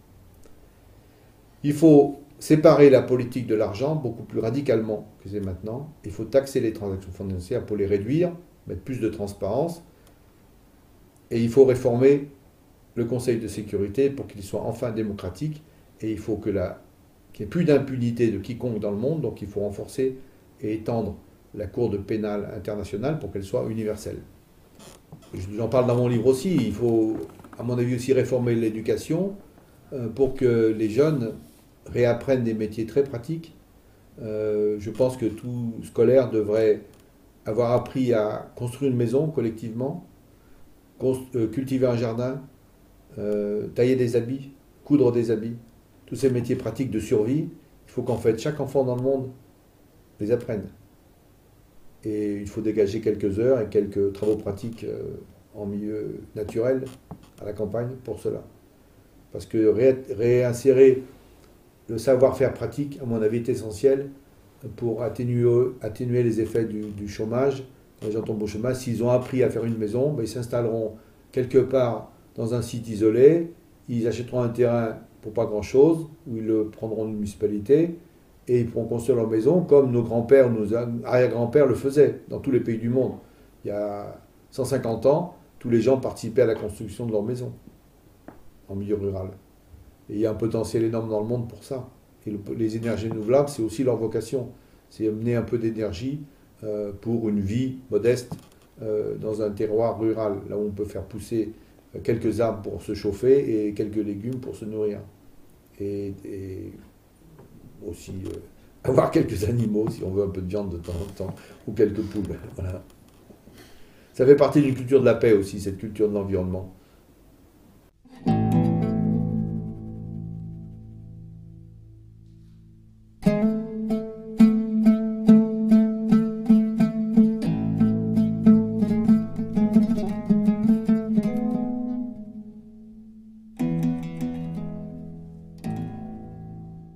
Il faut séparer la politique de l'argent beaucoup plus radicalement que c'est maintenant. Il faut taxer les transactions financières pour les réduire, mettre plus de transparence. Et il faut réformer le Conseil de sécurité pour qu'il soit enfin démocratique. Et il faut que la, qu'il n'y ait plus d'impunité de quiconque dans le monde. Donc il faut renforcer et étendre la Cour de pénale internationale pour qu'elle soit universelle. J'en parle dans mon livre aussi. Il faut, à mon avis, aussi réformer l'éducation pour que les jeunes réapprennent des métiers très pratiques. Euh, je pense que tout scolaire devrait avoir appris à construire une maison collectivement, cultiver un jardin, euh, tailler des habits, coudre des habits, tous ces métiers pratiques de survie, il faut qu'en fait chaque enfant dans le monde les apprenne. Et il faut dégager quelques heures et quelques travaux pratiques euh, en milieu naturel, à la campagne, pour cela. Parce que ré réinsérer le savoir-faire pratique, à mon avis, est essentiel pour atténuer, atténuer les effets du, du chômage. Quand les gens tombent au chômage, s'ils ont appris à faire une maison, ben, ils s'installeront quelque part dans un site isolé, ils achèteront un terrain pour pas grand-chose, où ils le prendront d'une municipalité, et ils pourront construire leur maison comme nos grands-pères, nos arrière-grands-pères le faisaient dans tous les pays du monde. Il y a cent cinquante ans, tous les gens participaient à la construction de leur maison, en milieu rural. Et il y a un potentiel énorme dans le monde pour ça. Et le, les énergies renouvelables, c'est aussi leur vocation. C'est amener un peu d'énergie euh, pour une vie modeste euh, dans un terroir rural, là où on peut faire pousser euh, quelques arbres pour se chauffer et quelques légumes pour se nourrir. Et, et aussi euh, avoir quelques animaux, si on veut un peu de viande de temps en temps, ou quelques poules. Voilà. Ça fait partie d'une culture de la paix aussi, cette culture de l'environnement.